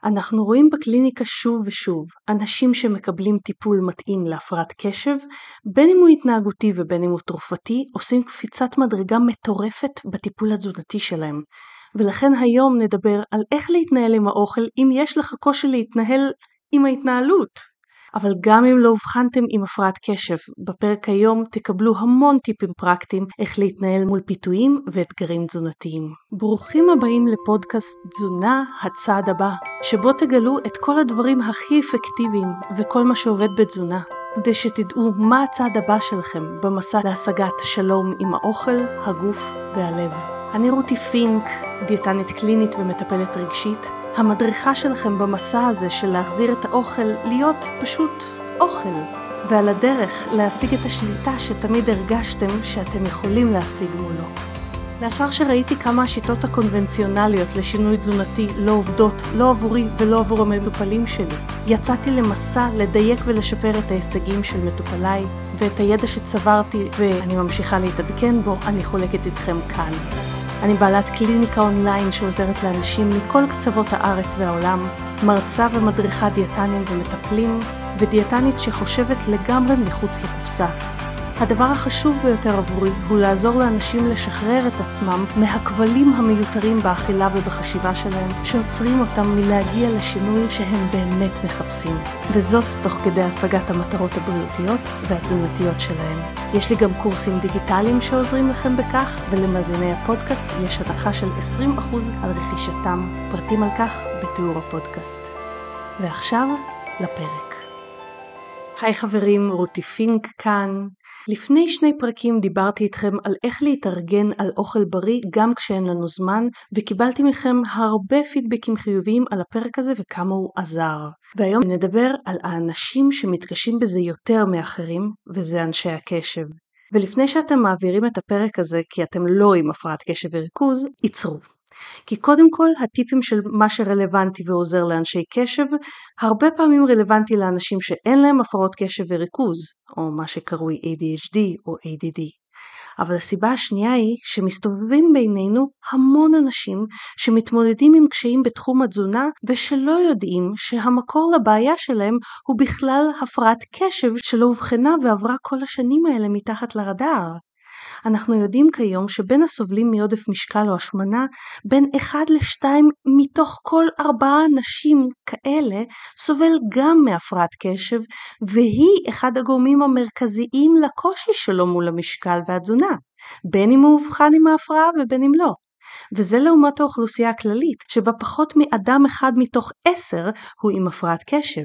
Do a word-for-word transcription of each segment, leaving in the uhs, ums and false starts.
אנחנו רואים בקליניקה שוב ושוב אנשים שמקבלים טיפול מתאים להפרעת קשב, בין אם הוא התנהגותי ובין אם הוא תרופתי, עושים קפיצת מדרגה מטורפת בטיפול התזונתי שלהם. ולכן היום נדבר על איך להתנהל עם האוכל אם יש לך קושי להתנהל עם ההתנהלות. אבל גם אם לא הובחנתם עם הפרעת קשב, בפרק היום תקבלו המון טיפים פרקטיים איך להתנהל מול פיתויים ואתגרים תזונתיים. ברוכים הבאים לפודקאסט תזונה הצעד הבא, שבו תגלו את כל הדברים הכי אפקטיביים וכל מה שעובד בתזונה, כדי שתדעו מה הצעד הבא שלכם במסע להשגת שלום עם האוכל, הגוף והלב. אני רותי פינק, דיאטנית קלינית ומטפלת רגשית, המדריכה שלכם במסע הזה של להחזיר את האוכל להיות פשוט אוכל, ועל הדרך להשיג את השליטה שתמיד הרגשתם שאתם יכולים להשיג מולו. לאחר שראיתי כמה השיטות הקונבנציונליות לשינוי תזונתי לא עובדות, לא עבורי ולא עבור המטופלים שלי, יצאתי למסע לדייק ולשפר את ההישגים של מטופליי, ואת הידע שצברתי ואני ממשיכה להתעדכן בו, אני חולקת איתכם כאן. אני בעלת קליניקה אונליין שעוזרת לאנשים מכל קצוות הארץ והעולם, מרצה ומדריכה דיאטנים ומטפלים, ודיאטנית שחושבת לגמרי מחוץ לקופסה. הדבר החשוב ביותר עבורי הוא לעזור לאנשים לשחרר את עצמם מהכבלים המיותרים באכילה ובחשיבה שלהם, שעוצרים אותם מלהגיע לשינוי שהם באמת מחפשים, וזאת תוך כדי השגת המטרות הבריאותיות והתזונתיות שלהם. יש לי גם קורסים דיגיטליים שעוזרים לכם בכך, ולמאזיני הפודקאסט יש הנחה של עשרים אחוז על רכישתם, פרטים על כך בתיאור הפודקאסט. ועכשיו לפרק. היי חברים, רותי פינק כאן. לפני שני פרקים דיברתי איתכם על איך להתארגן על אוכל בריא גם כשאין לנו זמן, וקיבלתי מכם הרבה פידבקים חיוביים על הפרק הזה וכמה הוא עזר. והיום נדבר על האנשים שמתקשים בזה יותר מאחרים, וזה אנשי הקשב. ולפני שאתם מעבירים את הפרק הזה כי אתם לא עם הפרעת קשב וריכוז, ייצרו. כי קודם כל הטיפים של מה שרלוונטי ועוזר לאנשי קשב, הרבה פעמים רלוונטי לאנשים שאין להם הפרעות קשב וריכוז, או מה שקרוי איי די אייץ' די או איי די די. אבל הסיבה השנייה היא שמסתובבים בינינו המון אנשים שמתמודדים עם קשיים בתחום התזונה, ושלא יודעים שהמקור לבעיה שלהם הוא בכלל הפרעת קשב שלא הובחנה ועברה כל השנים האלה מתחת לרדאר. אנחנו יודעים כיום שבין הסובלים מעודף משקל או השמנה, בין אחד לשתיים מתוך כל ארבעה אנשים כאלה סובל גם מהפרעת קשב, והיא אחד הגורמים המרכזיים לקושי שלו מול המשקל והתזונה, בין אם הוא הובחן עם ההפרעה ובין אם לא. וזה לעומת האוכלוסייה הכללית, שבה פחות מאדם אחד מתוך עשר הוא עם הפרעת קשב.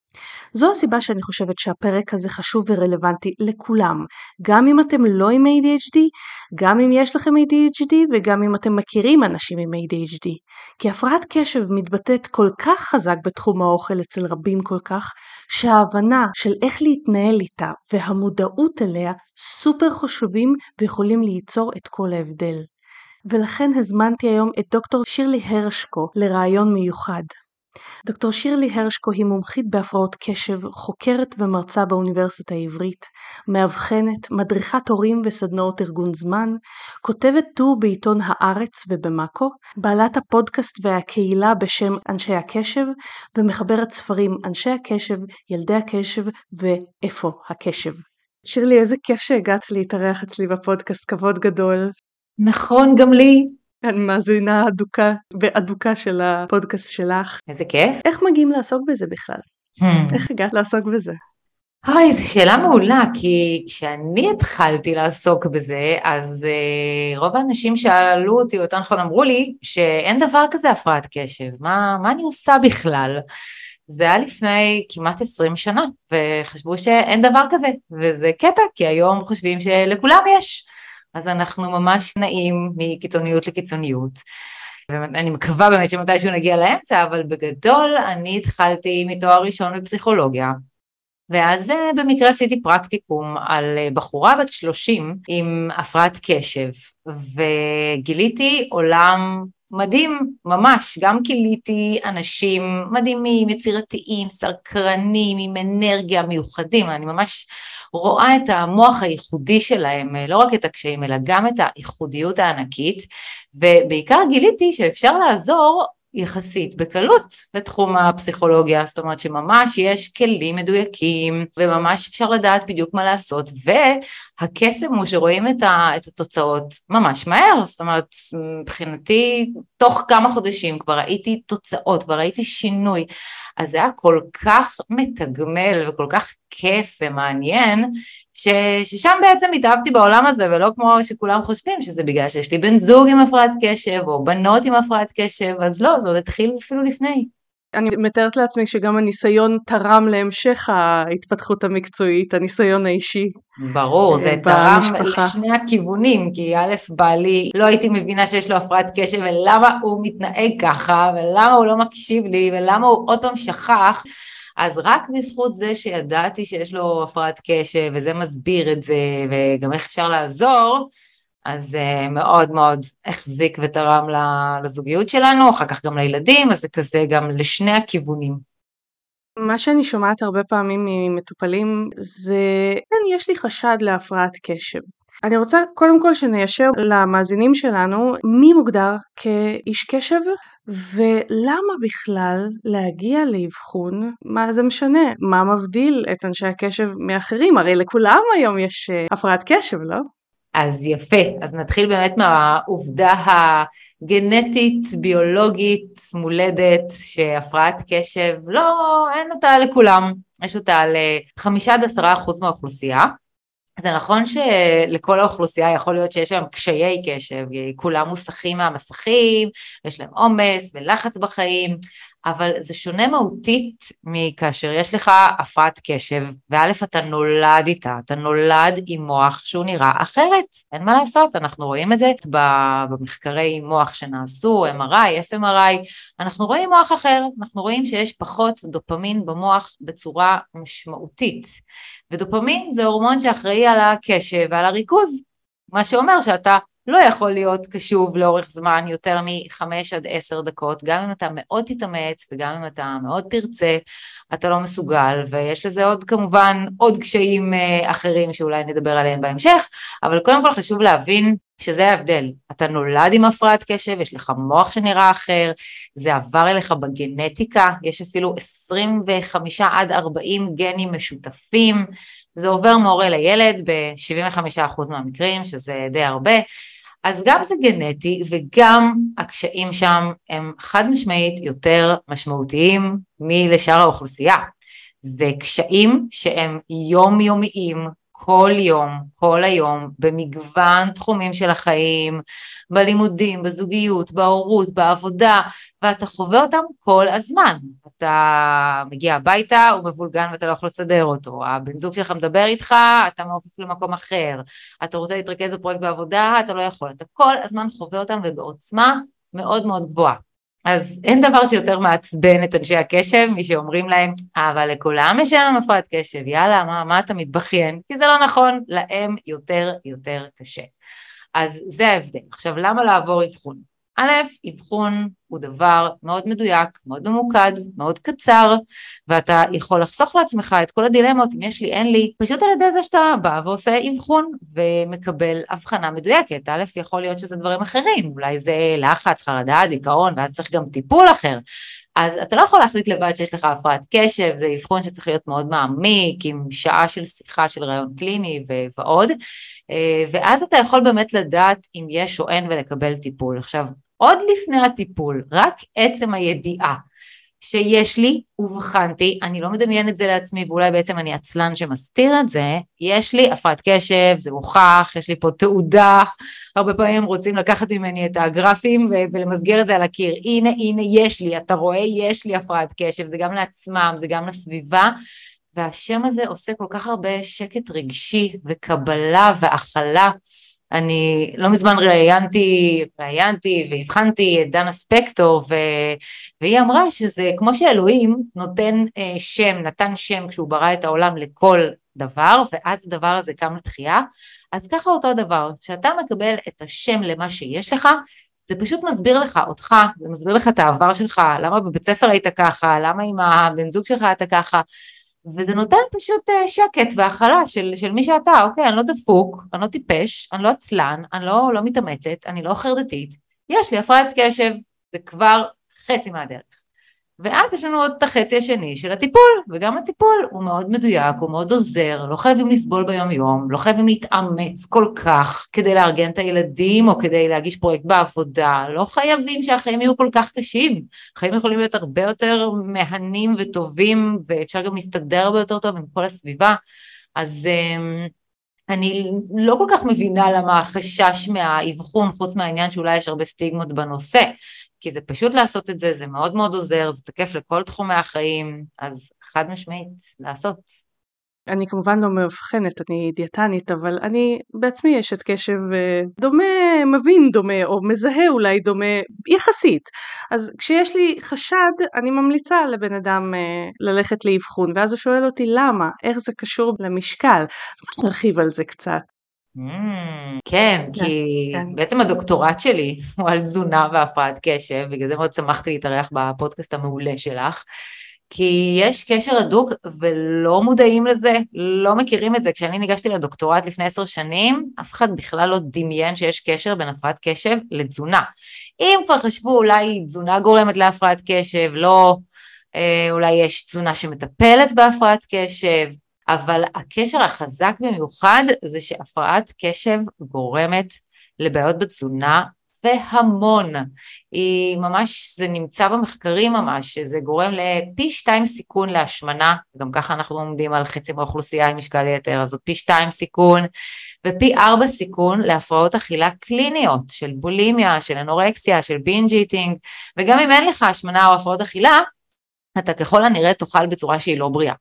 זו הסיבה שאני חושבת שהפרק הזה חשוב ורלוונטי לכולם, גם אם אתם לא עם איי די אייץ' די, גם אם יש לכם איי די אייץ' די וגם אם אתם מכירים אנשים עם איי די אייץ' די. כי הפרעת קשב מתבטאת כל כך חזק בתחום האוכל אצל רבים כל כך, שההבנה של איך להתנהל איתה והמודעות אליה סופר חשובים ויכולים ליצור את כל ההבדל. ולכן הזמנתי היום את דוקטור שירלי הרשקו לרעיון מיוחד. דוקטור שירלי הרשקו היא מומחית בהפרעות קשב, חוקרת ומרצה באוניברסיטה העברית, מאבחנת, מדריכת הורים וסדנאות ארגון זמן, כותבת טור בעיתון הארץ ובמאקו, בעלת הפודקאסט והקהילה בשם אנשי הקשב, ומחברת ספרים אנשי הקשב, ילדי הקשב ואיפה הקשב. שירלי, איזה כיף שהגעת להתארח אצלי בפודקאסט, כבוד גדול. נכון, גם לי. אני מאזינה אדוקה ואדוקה של הפודקאסט שלך. איזה כיף. איך מגיעים לעסוק בזה בכלל? Hmm. איך הגעת לעסוק בזה? אוי, זו שאלה מעולה, כי כשאני התחלתי לעסוק בזה, אז uh, רוב האנשים שאלו אותי, או יותר נכון אמרו לי, שאין דבר כזה הפרעת קשב. מה, מה אני עושה בכלל? זה היה לפני כמעט עשרים שנה, וחשבו שאין דבר כזה, וזה קטע, כי היום חושבים שלכולם יש. אז אנחנו ממש נעים מקיצוניות לקיצוניות, ואני מקווה באמת שמתישהו נגיע לאמצע, אבל בגדול אני התחלתי מתואר ראשון בפסיכולוגיה, ואז במקרה עשיתי פרקטיקום על בחורה בת שלושים עם הפרעת קשב, וגיליתי עולם מדהים, ממש, גם גיליתי אנשים מדהימים, יצירתיים, סקרנים, עם אנרגיה מיוחדים, אני ממש רואה את המוח הייחודי שלהם, לא רק את הקשיים, אלא גם את הייחודיות הענקית, ובעיקר גיליתי שאפשר לעזור יחסית בקלות לתחום הפסיכולוגיה, זאת אומרת שממש יש כלים מדויקים, וממש אפשר לדעת בדיוק מה לעשות, והקסם הוא שרואים את, ה, את התוצאות ממש מהר, זאת אומרת מבחינתי תוך כמה חודשים כבר ראיתי תוצאות, כבר ראיתי שינוי, אז זה היה כל כך מתגמל וכל כך כיף ומעניין, ש, ששם בעצם התאהבתי בעולם הזה, ולא כמו שכולם חושבים שזה בגלל שיש לי בן זוג עם הפרעת קשב, או בנות עם הפרעת קשב, אז לא, זה עוד התחיל אפילו לפני. אני מתארת לעצמי שגם הניסיון תרם להמשך ההתפתחות המקצועית, הניסיון האישי. ברור, זה תרם במשפחה. לשני הכיוונים, כי א' בעלי לא הייתי מבינה שיש לו הפרעת קשב, ולמה הוא מתנהג ככה, ולמה הוא לא מקשיב לי, ולמה הוא עוד פעם שכח, אז רק בזכות זה שידעתי שיש לו הפרעת קשב, וזה מסביר את זה, וגם איך אפשר לעזור, אז uh, מאוד מאוד החזיק ותרם לזוגיות שלנו, אחר כך גם לילדים, אז זה כזה גם לשני הכיוונים. מה שאני שומעת הרבה פעמים ממטופלים זה, כן, יש לי חשד להפרעת קשב. אני רוצה קודם כל שניישר למאזינים שלנו מי מוגדר כאיש קשב, ולמה בכלל להגיע לאבחון, מה זה משנה, מה מבדיל את אנשי הקשב מאחרים, הרי לכולם היום יש הפרעת קשב, לא? אז יפה, אז נתחיל באמת מהעובדה הגנטית, ביולוגית, מולדת, שהפרעת קשב, לא, אין אותה לכולם, יש אותה ל-חמישה עד עשרה אחוז מהאוכלוסייה, זה נכון שלכל האוכלוסייה יכול להיות שיש שם קשיי קשב, כולם מוסכים מהמסכים, יש להם עומס ולחץ בחיים, אבל זה שונה מהותית מכאשר יש לך הפרעת קשב, וא' אתה נולד איתה, אתה נולד עם מוח שהוא נראה אחרת, אין מה לעשות, אנחנו רואים את זה במחקרי מוח שנעשו, אם אר איי, אף אם אר איי, אנחנו רואים מוח אחר, אנחנו רואים שיש פחות דופמין במוח בצורה משמעותית, ודופמין זה הורמון שאחראי על הקשב ועל הריכוז, מה שאומר שאתה לא יכול להיות קשוב לאורך זמן יותר מחמש עד עשר דקות, גם אם אתה מאוד תתאמץ וגם אם אתה מאוד תרצה, אתה לא מסוגל, ויש לזה עוד כמובן עוד קשיים אחרים שאולי נדבר עליהם בהמשך, אבל קודם כל חשוב להבין שזה ההבדל, אתה נולד עם הפרעת קשב, יש לך מוח שנראה אחר, זה עבר אליך בגנטיקה, יש אפילו עשרים וחמישה עד ארבעים גנים משותפים, זה עובר מהורה לילד ב-שבעים וחמישה אחוז מהמקרים, שזה די הרבה, אז גם זה גנטי וגם הקשיים שם הם חד משמעית יותר משמעותיים מלשאר האוכלוסייה. זה קשיים שהם יומיומיים, כל יום, כל היום, במגוון תחומים של החיים, בלימודים, בזוגיות, בהורות, בעבודה, ואתה חווה אותם כל הזמן. אתה מגיע הביתה, הוא מבולגן ואתה לא יכול לסדר אותו, הבן זוג שלך מדבר איתך, אתה מעופף למקום אחר, אתה רוצה להתרכז בפרויקט בעבודה, אתה לא יכול, אתה כל הזמן חווה אותם ובעוצמה מאוד מאוד גבוהה. אז אין דבר שיותר מעצבן את אנשי הקשב, מי שאומרים להם, אבל לכולם יש שם הפרעת קשב, יאללה, מה, מה אתה מתבכיין? כי זה לא נכון, להם יותר יותר קשה. אז זה ההבדל. עכשיו, למה לעבור אבחון? א', אבחון הוא דבר מאוד מדויק, מאוד ממוקד, מאוד קצר, ואתה יכול לחסוך לעצמך את כל הדילמות, אם יש לי, אין לי, פשוט על ידי זה שאתה בא ועושה אבחון ומקבל הבחנה מדויקת. א', יכול להיות שזה דברים אחרים, אולי זה לחץ, חרדה, דיכאון, ואז צריך גם טיפול אחר. אז אתה לא יכול להחליט לבד שיש לך הפרעת קשב, זה אבחון שצריך להיות מאוד מעמיק, עם שעה של שיחה של רעיון קליני ועוד, ואז אתה יכול באמת לדעת אם יש או אין ולקבל טיפול. עכשיו, עוד לפני הטיפול, רק עצם הידיעה שיש לי ובחנתי, אני לא מדמיין את זה לעצמי, ואולי בעצם אני עצלן שמסתיר את זה, יש לי הפרעת קשב, זה הוכח, יש לי פה תעודה, הרבה פעמים רוצים לקחת ממני את הגרפים ולמסגר את זה על הקיר, הנה הנה יש לי, אתה רואה יש לי הפרעת קשב, זה גם לעצמם, זה גם לסביבה, והשם הזה עושה כל כך הרבה שקט רגשי וקבלה והכלה. אני לא מזמן ראיינתי, ראיינתי והבחנתי את דנה ספקטור, ו... והיא אמרה שזה כמו שאלוהים נותן אה, שם, נתן שם כשהוא ברא את העולם לכל דבר, ואז הדבר הזה קם לתחייה, אז ככה אותו דבר, שאתה מקבל את השם למה שיש לך, זה פשוט מסביר לך אותך, זה מסביר לך את העבר שלך, למה בבית ספר היית ככה, למה עם הבן זוג שלך היית ככה, וזה נותן פשוט שקט והכלה של, של מי שאתה, אוקיי, אני לא דפוק, אני לא טיפש, אני לא עצלן, אני לא, לא מתאמצת, אני לא חרדתית, יש לי הפרעת קשב, זה כבר חצי מהדרך. ואז יש לנו עוד את החצי השני של הטיפול, וגם הטיפול הוא מאוד מדויק, הוא מאוד עוזר, לא חייבים לסבול ביום יום, לא חייבים להתאמץ כל כך כדי לארגן את הילדים או כדי להגיש פרויקט בעבודה, לא חייבים שהחיים יהיו כל כך קשים, החיים יכולים להיות הרבה יותר מהנים וטובים, ואפשר גם להסתדר הרבה יותר טוב עם כל הסביבה, אז אני לא כל כך מבינה למה החשש מהאבחון, חוץ מהעניין שאולי יש הרבה סטיגמות בנושא, כי זה פשוט לעשות את זה, זה מאוד מאוד עוזר, זה תקף לכל תחומי החיים, אז חד משמעית לעשות. אני כמובן לא מאבחנת, אני דיאטנית, אבל אני בעצמי אשת קשב דומה, מבין דומה, או מזהה אולי דומה, יחסית. אז כשיש לי חשד, אני ממליצה לבן אדם ללכת לאבחון, ואז הוא שואל אותי למה, איך זה קשור למשקל. אז נרחיב על זה קצת. Mm, כן, כי כן. בעצם הדוקטורט שלי הוא על תזונה והפרעת קשב, בגלל זה מאוד שמחתי להתארח בפודקאסט המעולה שלך, כי יש קשר הדוק ולא מודעים לזה, לא מכירים את זה. כשאני ניגשתי לדוקטורט לפני עשר שנים, אף אחד בכלל לא דמיין שיש קשר בין הפרעת קשב לתזונה. אם כבר חשבו אולי תזונה גורמת להפרעת קשב, לא, אה, אולי יש תזונה שמטפלת בהפרעת קשב, אבל הקשר החזק במיוחד זה שהפרעת קשב גורמת לבעיות בתזונה והמון, היא ממש, זה נמצא במחקרים ממש, זה גורם לפי שתיים סיכון להשמנה, גם ככה אנחנו עומדים על חצי מהאוכלוסייה עם משקל יתר, אז זאת פי שתיים סיכון, ופי ארבע סיכון להפרעות אכילה קליניות, של בולימיה, של אנורקסיה, של בינג' איטינג, וגם אם אין לך השמנה או הפרעות אכילה, אתה ככל הנראה תאכל בצורה שהיא לא בריאה.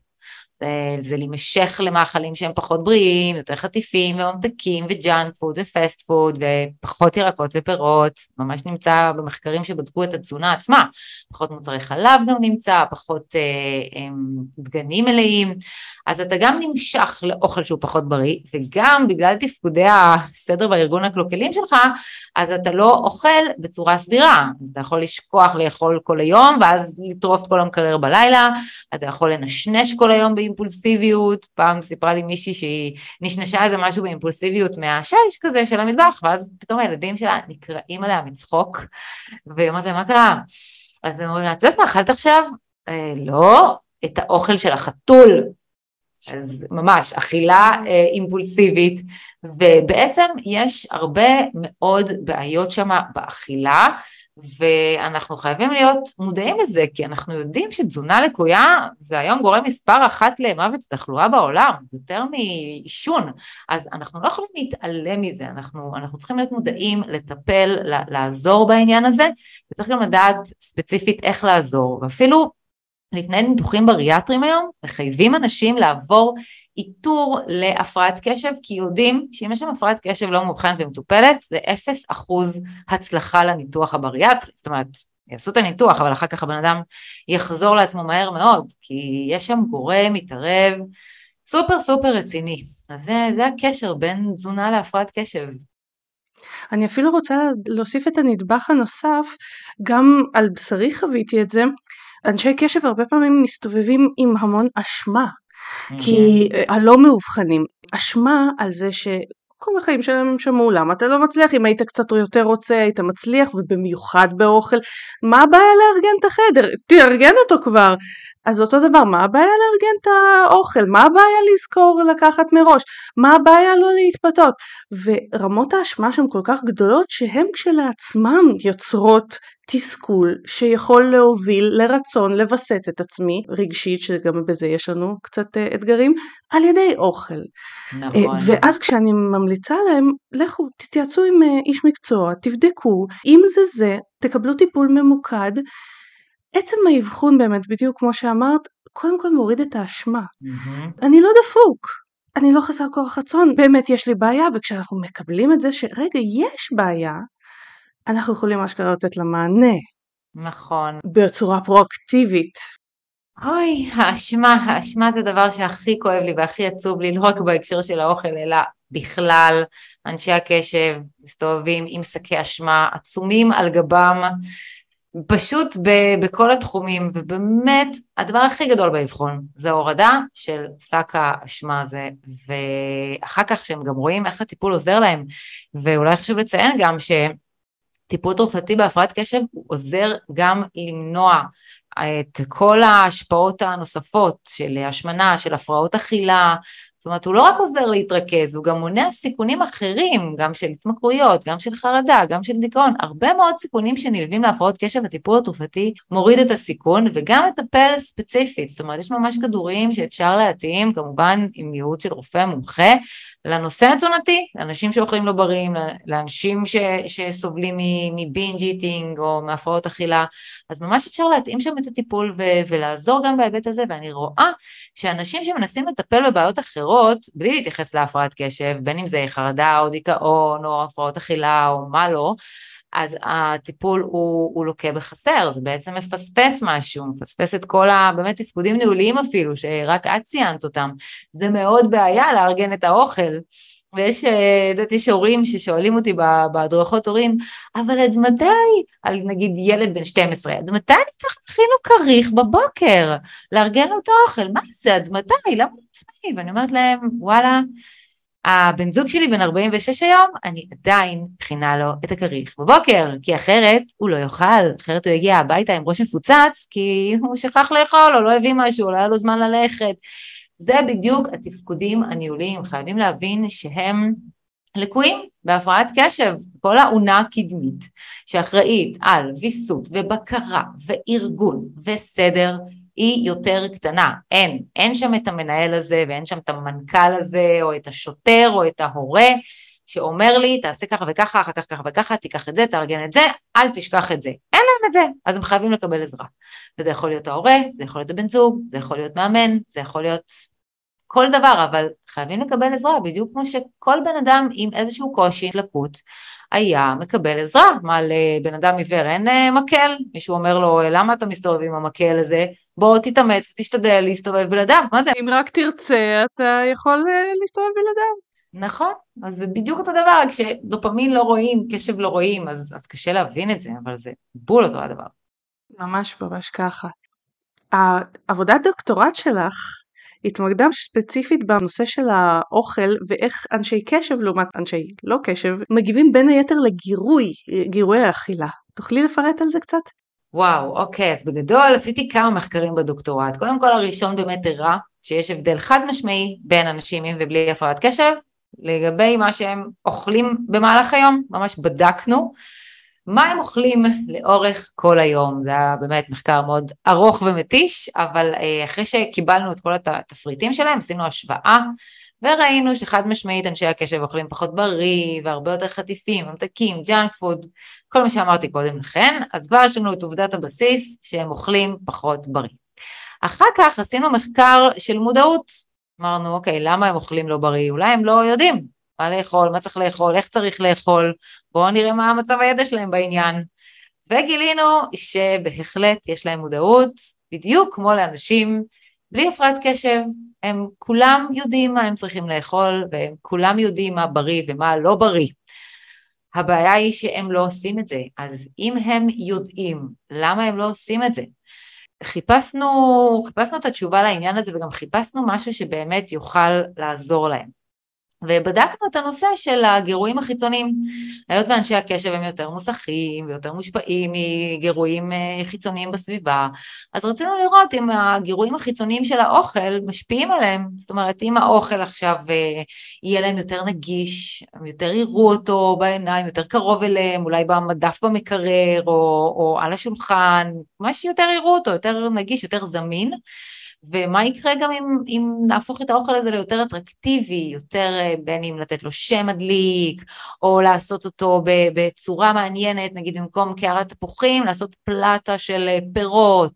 זה להימשך למאכלים שהם פחות בריאים, יותר חטיפים וממתקים וג'אנק פוד ופסט פוד ופחות ירקות ופירות, ממש נמצא במחקרים שבדקו את התזונה עצמה, פחות מוצרי חלב גם נמצא, פחות אה, אה, דגנים מלאים, אז אתה גם נמשך לאוכל שהוא פחות בריא, וגם בגלל תפקודי הסדר בארגון הקלוקלים שלך, אז אתה לא אוכל בצורה סדירה, אז אתה יכול לשכוח לאכול כל היום, ואז לטרוף את כל המקרר בלילה, אתה יכול לנשנש כל היום באימפולסיביות, פעם סיפרה לי מישהי שהיא נשנשה איזה משהו באימפולסיביות מהשיש כזה של המטבח, ואז פתאום הילדים שלה נקראים עליה מצחוק, והיא אומרת להם, מה קרה? אז הם אומרים לה, את יודעת מה, אכלת עכשיו? אה, לא, את האוכל של החתול, אז ממש אכילה אה, אימפולסיבית, ובעצם יש הרבה מאוד בעיות שם באכילה, ואנחנו חייבים להיות מודעים לזה, כי אנחנו יודעים שתזונה לקויה זה היום גורם מספר אחת למוות תחלואה בעולם, יותר מאישון, אז אנחנו לא יכולים להתעלם מזה, אנחנו, אנחנו צריכים להיות מודעים, לטפל, לעזור בעניין הזה, וצריך גם לדעת ספציפית איך לעזור, ואפילו לפני ניתוחים בריאטרים היום, מחייבים אנשים לעבור איתור להפרעת קשב, כי יודעים שאם יש שם הפרעת קשב לא מאובחנת ומטופלת, זה אפס אחוז הצלחה לניתוח הבריאטרי, זאת אומרת, יעשו את הניתוח, אבל אחר כך הבן אדם יחזור לעצמו מהר מאוד, כי יש שם גורם, מתערב, סופר סופר רציני, אז זה, זה הקשר בין תזונה להפרעת קשב. אני אפילו רוצה להוסיף את הנדבך הנוסף, גם על בשרי חוויתי את זה, אנשי קשב הרבה פעמים מסתובבים עם המון אשמה, כי הלא מאובחנים, אשמה על זה שכל החיים שלהם הם שמעו, למה אתה לא מצליח, אם היית קצת יותר רוצה היית מצליח, ובמיוחד באוכל, מה הבעיה לארגן את החדר? תארגן אותו כבר. אז אותו דבר, מה הבעיה לארגן את האוכל? מה הבעיה לזכור לקחת מראש? מה הבעיה לא להתפתות? ורמות האשמה שהן כל כך גדולות, שהן כשלעצמם יוצרות תסכול שיכול להוביל לרצון לבסט את עצמי, רגשית, שגם בזה יש לנו קצת אתגרים, על ידי אוכל. נכון. ואז כשאני ממליצה להם, לכו, תתייעצו עם איש מקצוע, תבדקו, אם זה זה, תקבלו טיפול ממוקד, עצם האבחון באמת, בדיוק כמו שאמרת, קודם כל מוריד את האשמה. Mm-hmm. אני לא דפוק, אני לא חסר כוח רצון, באמת יש לי בעיה, וכשאנחנו מקבלים את זה שרגע יש בעיה, אנחנו יכולים אשכרה לתת לה מענה. נכון. בצורה פרואקטיבית. אוי, האשמה, האשמה זה דבר שהכי כואב לי והכי עצוב לי, לא רק בהקשר של האוכל, אלא בכלל, אנשי הקשב מסתובבים עם שקי אשמה, עצומים על גבם, פשוט ב- בכל התחומים, ובאמת הדבר הכי גדול באבחון זה ההורדה של שק האשמה הזה, ואחר כך שהם גם רואים איך הטיפול עוזר להם, ואולי חשוב לציין גם ש טיפול תרופתי בהפרעת קשב הוא עוזר גם למנוע את כל ההשפעות הנוספות של השמנה, של הפרעות אכילה, זאת אומרת, הוא לא רק עוזר להתרכז, הוא גם מונע סיכונים אחרים, גם של התמכרויות, גם של חרדה, גם של דיכאון, הרבה מאוד סיכונים שנלווים להפרעות קשב, הטיפול התרופתי מוריד את הסיכון, וגם מטפל ספציפית, זאת אומרת, יש ממש כדורים שאפשר להתאים, כמובן עם ייעוץ של רופא מומחה, לנושא התזונתי, לאנשים שאוכלים לא בריאים, לאנשים ש, שסובלים מבינג' איטינג או מהפרעות אכילה, אז ממש אפשר להתאים שם את הטיפול ו, ולעזור גם בהיבט הזה, ואני רואה שאנשים שמנסים לטפל בבעיות אחרות, בלי להתייחס להפרעת קשב, בין אם זה חרדה או דיכאון או הפרעות אכילה או מה לא, אז הטיפול הוא, הוא לוקה בחסר, זה בעצם מפספס משהו, מפספס את כל ה, באמת תפקודים ניהוליים אפילו, שרק את ציינת אותם, זה מאוד בעיה לארגן את האוכל, ויש, דעתי, יש הורים ששואלים אותי בהדרכות הורים, אבל עד מתי, על נגיד ילד בן שתים עשרה, עד מתי אני צריך להכין לו כריך בבוקר, לארגן לו את האוכל, מה זה, עד מתי, למה עצמי? ואני אומרת להם, וואלה, הבן זוג שלי בן ארבעים ושש היום, אני עדיין מכינה לו את הכריך בבוקר, כי אחרת הוא לא יאכל, אחרת הוא יגיע הביתה עם ראש מפוצץ, כי הוא שכח לאכול, או לא הביא משהו, או לא היה לו זמן ללכת. זה בדיוק התפקודים הניהוליים, חייבים להבין שהם לקויים בהפרעת קשב, כל העונה הקדמית שאחראית על ויסות ובקרה וארגון וסדר, היא יותר קטנה, אין, אין שם את המנהל הזה ואין שם את המנכ"ל הזה או את השוטר או את ההורה שאומר לי תעשה ככה וככה, אחר כך ככה וככה, תיקח את זה, תארגן את זה, אל תשכח את זה, אין להם את זה, אז הם חייבים לקבל עזרה, וזה יכול להיות ההורה, זה יכול להיות הבן זוג, זה יכול להיות מאמן, זה יכול להיות כל דבר, אבל חייבים לקבל עזרה, בדיוק כמו שכל בן אדם עם איזשהו קושי, לקות, היה מקבל עזרה, מה לבן אדם עיוור, אין מקל, מישהו אומר לו, למה אתה מסתובב עם המקל הזה? בוא תתאמץ ותשתדל להסתובב בלעדיו, מה זה? אם רק תרצה, אתה יכול להסתובב בלעדיו. נכון, אז זה בדיוק אותו דבר, כשדופמין לא רואים, קשב לא רואים, אז, אז קשה להבין את זה, אבל זה בול אותו הדבר. ממש ממש ככה. העבודת דוקטורט שלך, התמקדה ספציפית בנושא של האוכל ואיך אנשי קשב לעומת אנשי לא קשב מגיבים בין היתר לגירוי, גירוי האכילה. תוכלי לפרט על זה קצת? וואו, אוקיי, אז בגדול עשיתי כמה מחקרים בדוקטורט. קודם כל הראשון באמת הראה שיש הבדל חד משמעי בין אנשים עם ובלי הפרעת קשב, לגבי מה שהם אוכלים במהלך היום, ממש בדקנו. מה הם אוכלים לאורך כל היום, זה היה באמת מחקר מאוד ארוך ומתיש, אבל אחרי שקיבלנו את כל התפריטים שלהם, עשינו השוואה, וראינו שחד משמעית אנשי הקשב אוכלים פחות בריא, והרבה יותר חטיפים, ממתקים, ג'אנק פוד, כל מה שאמרתי קודם לכן, אז כבר יש לנו את עובדת הבסיס, שהם אוכלים פחות בריא. אחר כך עשינו מחקר של מודעות, אמרנו, אוקיי, למה הם אוכלים לא בריא? אולי הם לא יודעים. מה לאכול, מה צריך לאכול, איך צריך לאכול, בואו נראה מה המצב הידע שלהם בעניין. וגילינו שבהחלט יש להם מודעות, בדיוק כמו לאנשים בלי הפרעת קשב, הם כולם יודעים מה הם צריכים לאכול, והם כולם יודעים מה בריא ומה לא בריא. הבעיה היא שהם לא עושים את זה, אז אם הם יודעים, למה הם לא עושים את זה? חיפשנו, חיפשנו את התשובה לעניין הזה, וגם חיפשנו משהו שבאמת יוכל לעזור להם. ובדקנו את הנושא של הגירויים החיצוניים, היות ואנשי הקשב הם יותר מוסכים ויותר מושפעים מגירויים חיצוניים בסביבה, אז רצינו לראות אם הגירויים החיצוניים של האוכל משפיעים עליהם, זאת אומרת אם האוכל עכשיו יהיה להם יותר נגיש, הם יותר יראו אותו בעיניים, יותר קרוב אליהם, אולי במדף במקרר או, או על השולחן, מה שיותר יראו אותו, יותר נגיש, יותר זמין, ומה יקרה גם אם, אם נהפוך את האוכל הזה ליותר אטרקטיבי, יותר בין אם לתת לו שם מדליק, או לעשות אותו בצורה מעניינת, נגיד במקום קערת תפוחים, לעשות פלטה של פירות,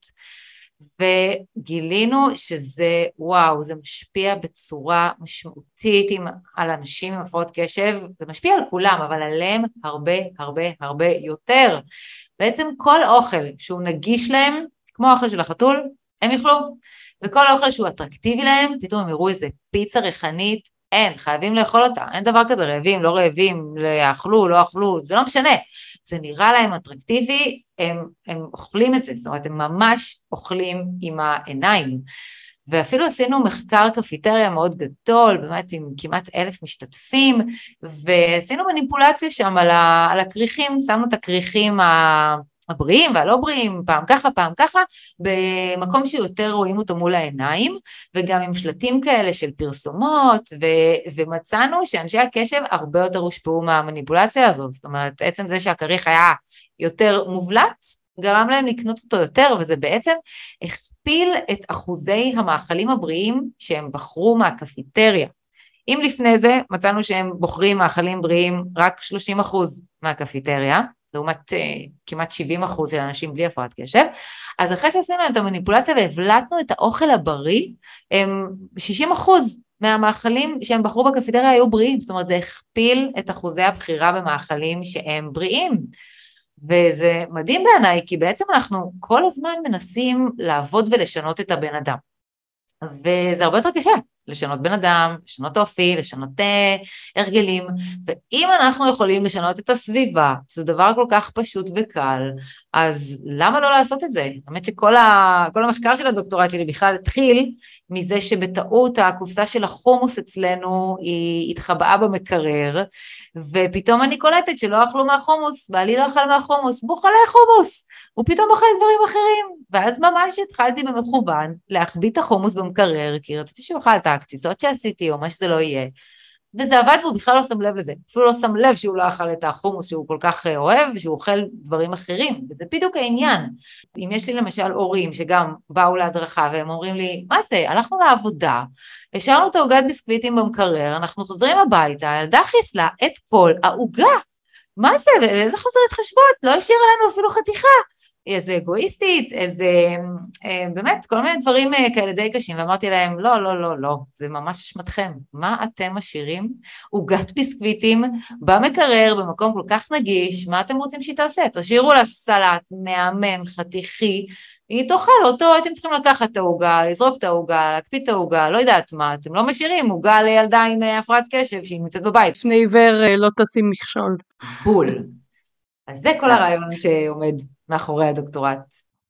וגילינו שזה, וואו, זה משפיע בצורה משמעותית עם, על אנשים עם הפרעות קשב, זה משפיע על כולם, אבל עליהם הרבה הרבה הרבה יותר. בעצם כל אוכל שהוא נגיש להם, כמו האוכל של החתול, הם יאכלו, וכל אוכל שהוא אטרקטיבי להם, פתאום הם יראו איזה פיצה ריחנית, אין, חייבים לאכול אותה, אין דבר כזה רעבים, לא רעבים, לאכלו, לא אכלו, זה לא משנה, זה נראה להם אטרקטיבי, הם, הם אוכלים את זה, זאת אומרת, הם ממש אוכלים עם העיניים, ואפילו עשינו מחקר קפיטריה מאוד גדול, באמת עם כמעט אלף משתתפים, ועשינו מניפולציה שם על, ה, על הכריכים, שמנו את הכריכים הבריאים והלא בריאים, פעם ככה, פעם ככה, במקום שיותר רואים אותו מול העיניים, וגם עם שלטים כאלה של פרסומות, ו, ומצאנו שאנשי הקשב הרבה יותר הושפעו מהמניפולציה הזאת, זאת אומרת, עצם זה שהכריך היה יותר מובלט, גרם להם לקנות אותו יותר, וזה בעצם הכפיל את אחוזי המאכלים הבריאים שהם בחרו מהקפיטריה. אם לפני זה מצאנו שהם בוחרים מאכלים בריאים רק שלושים אחוז מהקפיטריה, לעומת uh, כמעט שבעים אחוז של אנשים בלי הפרעת קשב, אז אחרי שעשינו את המניפולציה והבלטנו את האוכל הבריא, הם שישים אחוז מהמאכלים שהם בחרו בקפיטריה היו בריאים, זאת אומרת זה הכפיל את אחוזי הבחירה במאכלים שהם בריאים, וזה מדהים בעיניי, כי בעצם אנחנו כל הזמן מנסים לעבוד ולשנות את הבן אדם, וזה הרבה יותר קשה, לשנות בן אדם, לשנות אופי, לשנות הרגלים, ואם אנחנו יכולים לשנות את הסביבה, שזה דבר כל כך פשוט וקל, אז למה לא לעשות את זה? האמת שכל ה, כל המחקר של הדוקטורט שלי בכלל התחיל מזה שבטעות הקופסה של החומוס אצלנו היא התחבאה במקרר, ופתאום אני קולטת שלא אכלו מהחומוס, בעלי לא אכל מהחומוס, בוא חלה חומוס, הוא פתאום אכל דברים אחרים, ואז ממש התחלתי במכוון להחביא את החומוס במקרר, כי רציתי שהוא אכל את הקציצות שעשיתי, או מה שזה לא יהיה, וזה עבד והוא בכלל לא שם לב לזה, אפילו לא שם לב שהוא לא אכל את החומוס שהוא כל כך אוהב, ושהוא אוכל דברים אחרים, וזה בדיוק העניין. אם יש לי למשל הורים שגם באו להדרכה, והם אומרים לי, מה זה, הלכנו לעבודה, השארנו את העוגת ביסקוויטים במקרר, אנחנו חוזרים הביתה, הילדה חיסלה את כל העוגה, מה זה, ואיזה חוזר התחשבות, לא השאיר לנו אפילו חתיכה, איזה אגואיסטית, איזה, באמת, כל מיני דברים כאלה די קשים, ואמרתי להם, לא, לא, לא, לא, זה ממש אשמתכם, מה אתם משאירים? עוגת ביסקוויטים במקרר, במקום כל כך נגיש, מה אתם רוצים שהיא תעשה? תשאירו לה סלט, מהמם, חתיכי, היא תאכל אותו, אתם צריכים לקחת את העוגה, לזרוק את העוגה, להקפיא את העוגה, לא יודעת מה, אתם לא משאירים עוגה לילדה עם הפרעת קשב שהיא נמצאת בבית. לפני עיוור לא תשים מכשול. בול. אז זה כל הרעיון שעומד מאחורי הדוקטורט.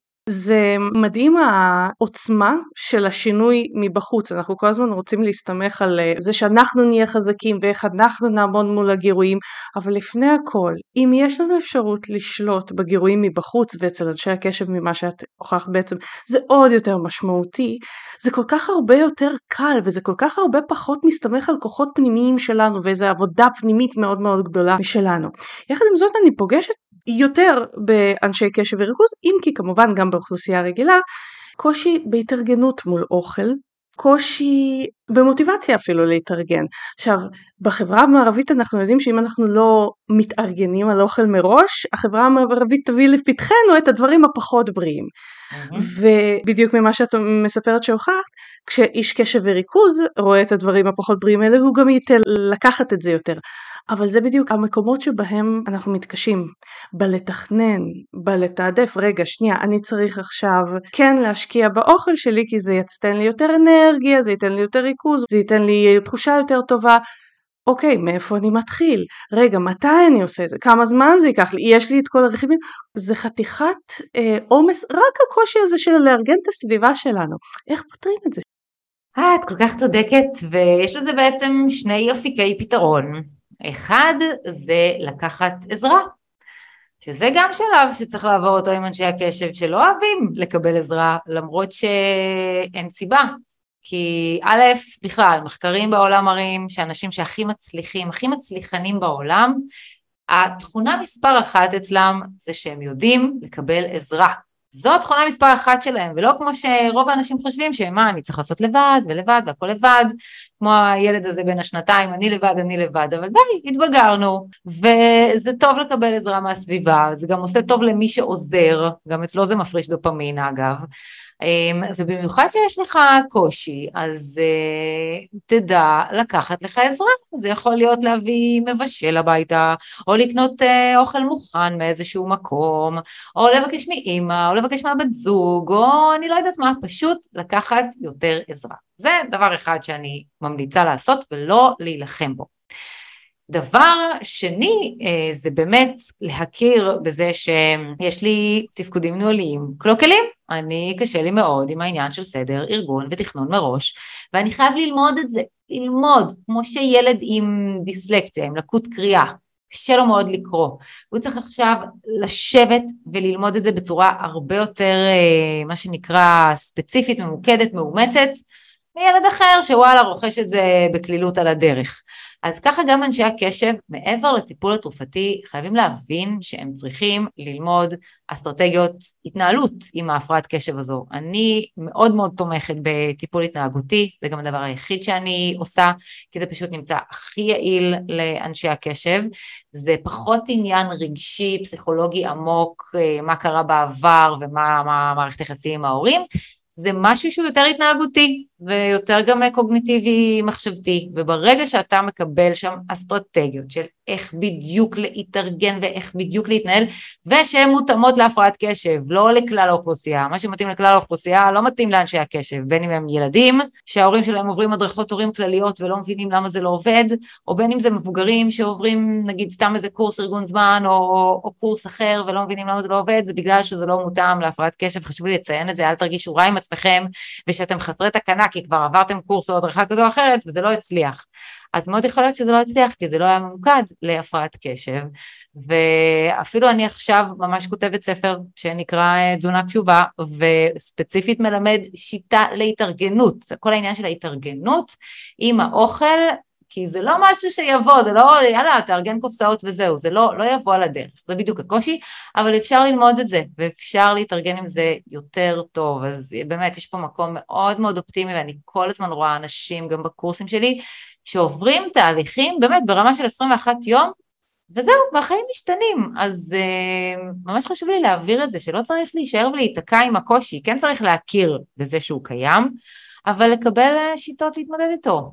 זה מדהים העוצמה של השינוי מבחוץ, אנחנו כל הזמן רוצים להסתמך על זה שאנחנו נהיה חזקים ואיך אנחנו נעמוד מול הגירויים, אבל לפני הכל, אם יש לנו אפשרות לשלוט בגירויים מבחוץ ואצל אנשי הקשב ממה שאת הוכחת בעצם, זה עוד יותר משמעותי, זה כל כך הרבה יותר קל וזה כל כך הרבה פחות מסתמך על כוחות פנימיים שלנו ואיזו עבודה פנימית מאוד מאוד גדולה משלנו. יחד עם זאת אני פוגשת יותר באנשי קשב וריכוז, אם כי כמובן גם באוכלוסייה רגילה, קושי בהתארגנות מול אוכל, קושי במוטיבציה אפילו להתארגן. עכשיו, בחברה המערבית אנחנו יודעים שאם אנחנו לא מתארגנים על אוכל מראש, החברה המערבית תביא לפתחנו את הדברים הפחות בריאים. ובדיוק ממה שאת מספרת שהוכחת, כשאיש קשב וריכוז רואה את הדברים הפחות בריאים האלה, הוא גם ייתן לקחת את זה יותר. אבל זה בדיוק המקומות שבהם אנחנו מתקשים, בלתכנן, בלתעדף, רגע שנייה, אני צריך עכשיו כן להשקיע באוכל שלי, כי זה ייתן לי יותר אנרגיה, זה ייתן לי יותר ריכוז, זה ייתן לי תחושה יותר טובה, אוקיי, מאיפה אני מתחיל? רגע, מתי אני עושה את זה? כמה זמן זה ייקח לי? יש לי את כל הרכיבים? זה חתיכת אה, עומס, רק הקושי הזה של לארגן את הסביבה שלנו. איך פותרים את זה? אה, את כל כך צודקת, ויש לזה בעצם שני אפיקי פתרון. אחד זה לקחת עזרה, שזה גם שלב שצריך לעבור אותו עם אנשי הקשב שלא אוהבים לקבל עזרה, למרות שאין סיבה. כי א', בכלל, מחקרים בעולם מראים שאנשים שהכי מצליחים, הכי מצליחנים בעולם, התכונה מספר אחת אצלם זה שהם יודעים לקבל עזרה. זו התכונה מספר אחת שלהם, ולא כמו שרוב האנשים חושבים שמה, אני צריך לעשות לבד ולבד והכל לבד, כמו הילד הזה בין השנתיים, אני לבד, אני לבד, אבל די, התבגרנו, וזה טוב לקבל עזרה מהסביבה, זה גם עושה טוב למי שעוזר, גם אצלו זה מפריש דופמין אגב, ובמיוחד שיש לך קושי, אז תדע לקחת לך עזרה, זה יכול להיות להביא מבשל הביתה, או לקנות אוכל מוכן מאיזשהו מקום, או לבקש מאמא, או לבקש מהבת זוג, או אני לא יודעת מה, פשוט לקחת יותר עזרה. זה דבר אחד שאני ממליצה לעשות ולא להילחם בו. דבר שני, זה באמת להכיר בזה שיש לי תפקודים ניהוליים קלוקלים, אני קשה לי מאוד עם העניין של סדר, ארגון ותכנון מראש, ואני חייב ללמוד את זה, ללמוד, כמו שילד עם דיסלקציה, עם לקות קריאה, קשה לו מאוד לקרוא, הוא צריך עכשיו לשבת וללמוד את זה בצורה הרבה יותר, מה שנקרא, ספציפית, ממוקדת, מאומצת, מילד אחר שוואלה רוכש את זה בכלילות על הדרך. אז ככה גם אנשי הקשב, מעבר לטיפול התרופתי, חייבים להבין שהם צריכים ללמוד אסטרטגיות התנהלות עם ההפרעת קשב הזו. אני מאוד מאוד תומכת בטיפול התנהגותי, זה גם הדבר היחיד שאני עושה, כי זה פשוט נמצא הכי יעיל לאנשי הקשב, זה פחות עניין רגשי, פסיכולוגי עמוק, מה קרה בעבר ומה מה מערכת יחסים עם ההורים, זה משהו שהוא יותר התנהגותי ויותר גם קוגניטיבי מחשבתי, וברגע שאתה מקבל שם אסטרטגיות של איך בדיוק להתארגן ואיך בדיוק להתנהל, ושהן מותאמות להפרעת קשב, לא לכלל האוכלוסייה, מה שמתאים לכלל האוכלוסייה לא מתאים לאנשי הקשב, בין אם הם ילדים שההורים שלהם עוברים הדרכות הורים כלליות ולא מבינים למה זה לא עובד, או בין אם זה מבוגרים שעוברים נגיד סתם איזה קורס ארגון זמן או, או קורס אחר ולא מבינים למה זה לא עובד, זה בגלל שזה לא מותאם להפרעת קשב. חשוב לי לציין את זה, אל תרגישו רע עם עצמכם ושאתם חסרי תקנה כי כבר עברתם קורס או הדרכה כזו או אחרת וזה לא הצליח. אז מאוד יכול להיות שזה לא הצליח כי זה לא היה ממוקד להפרעת קשב, ואפילו אני עכשיו ממש כותבת ספר שנקרא תזונה קשובה, וספציפית מלמד שיטה להתארגנות, זה כל העניין של ההתארגנות עם האוכל, כי זה לא משהו שיבוא, זה לא יאללה תארגן קופסאות וזהו, זה לא, לא יבוא על הדרך, זה בדיוק הקושי, אבל אפשר ללמוד את זה, ואפשר להתארגן עם זה יותר טוב, אז באמת יש פה מקום מאוד מאוד אופטימי, ואני כל הזמן רואה אנשים גם בקורסים שלי, שעוברים תהליכים באמת ברמה של עשרים ואחד יום, וזהו, והחיים משתנים, אז uh, ממש חשוב לי להעביר את זה, שלא צריך להישאר ולהיתקע עם הקושי, כן צריך להכיר בזה שהוא קיים, אבל לקבל שיטות להתמודד איתו.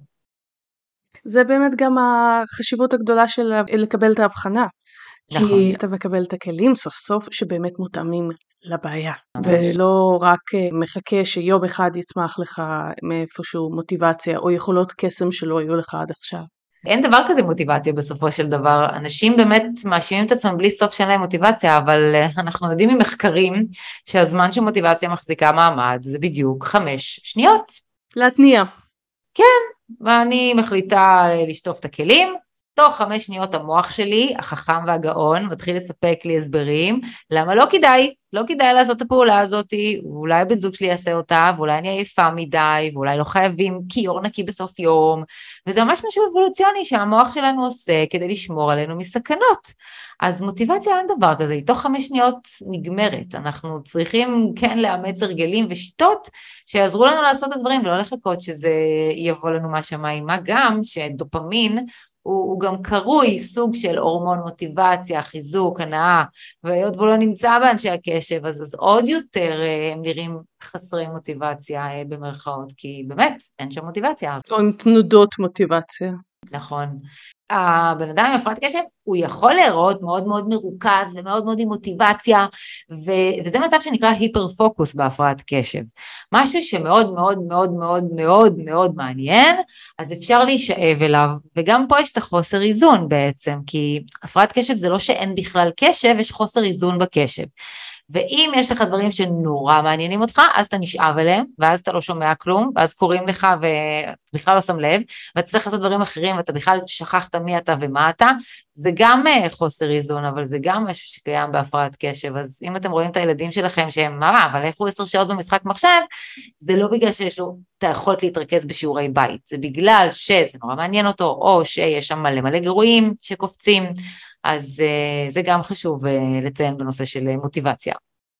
זה באמת גם החשיבות הגדולה של לקבל את ההבחנה, נכון. כי אתה מקבל את הכלים סוף סוף שבאמת מותאמים לבעיה, ממש. ולא רק מחכה שיום אחד יצמח לך מאיפשהו מוטיבציה או יכולות קסם שלא היו לך עד עכשיו. אין דבר כזה מוטיבציה בסופו של דבר, אנשים באמת מאשימים את עצמם בלי סוף שאין להם מוטיבציה, אבל אנחנו יודעים ממחקרים שהזמן שמוטיבציה מחזיקה מעמד זה בדיוק חמש שניות. להתניע. כן, ואני מחליטה לשטוף את הכלים, תוך חמש שניות המוח שלי, החכם והגאון, מתחיל לספק לי הסברים, למה לא כדאי, לא כדאי לעשות את הפעולה הזאת, ואולי הבן זוג שלי יעשה אותה, ואולי אני עייפה מדי, ואולי לא חייבים כיור נקי בסוף יום, וזה ממש משהו אבולוציוני שהמוח שלנו עושה כדי לשמור עלינו מסכנות. אז מוטיבציה אין דבר כזה, היא תוך חמש שניות נגמרת, אנחנו צריכים כן לאמץ הרגלים ושיטות שיעזרו לנו לעשות את הדברים, ולא לחכות שזה יבוא לנו מהשמיים, מה גם שדופמין, הוא, הוא גם קרוי סוג של הורמון מוטיבציה, חיזוק, הנאה, והיות בו לא נמצא באנשי הקשב, אז, אז עוד יותר הם נראים חסרי מוטיבציה במרכאות, כי באמת אין שם מוטיבציה. או עם תנודות מוטיבציה. נכון. הבן אדם עם הפרעת קשב, הוא יכול להיראות מאוד מאוד מרוכז ומאוד מאוד עם מוטיבציה, ו- וזה מצב שנקרא היפר פוקוס בהפרעת קשב. משהו שמאוד מאוד מאוד מאוד מאוד מאוד מעניין, אז אפשר להישאב אליו, וגם פה יש את החוסר איזון בעצם, כי הפרעת קשב זה לא שאין בכלל קשב, יש חוסר איזון בקשב. ואם יש לך דברים שנורא מעניינים אותך, אז אתה נשאב אליהם, ואז אתה לא שומע כלום, ואז קוראים לך ובכלל לא שם לב, ואתה צריך לעשות דברים אחרים, ואתה בכלל שכחת מי אתה ומה אתה, זה גם חוסר איזון, אבל זה גם משהו שקיים בהפרעת קשב, אז אם אתם רואים את הילדים שלכם שהם, מה, אבל איך הוא עשר שעות במשחק מחשב, זה לא בגלל שיש לו את היכולת להתרכז בשיעורי בית, זה בגלל שזה נורא מעניין אותו, או שיש שם מלא מלא גירויים שקופצים, אז uh, זה גם חשוב uh, לציין בנושא של uh, מוטיבציה.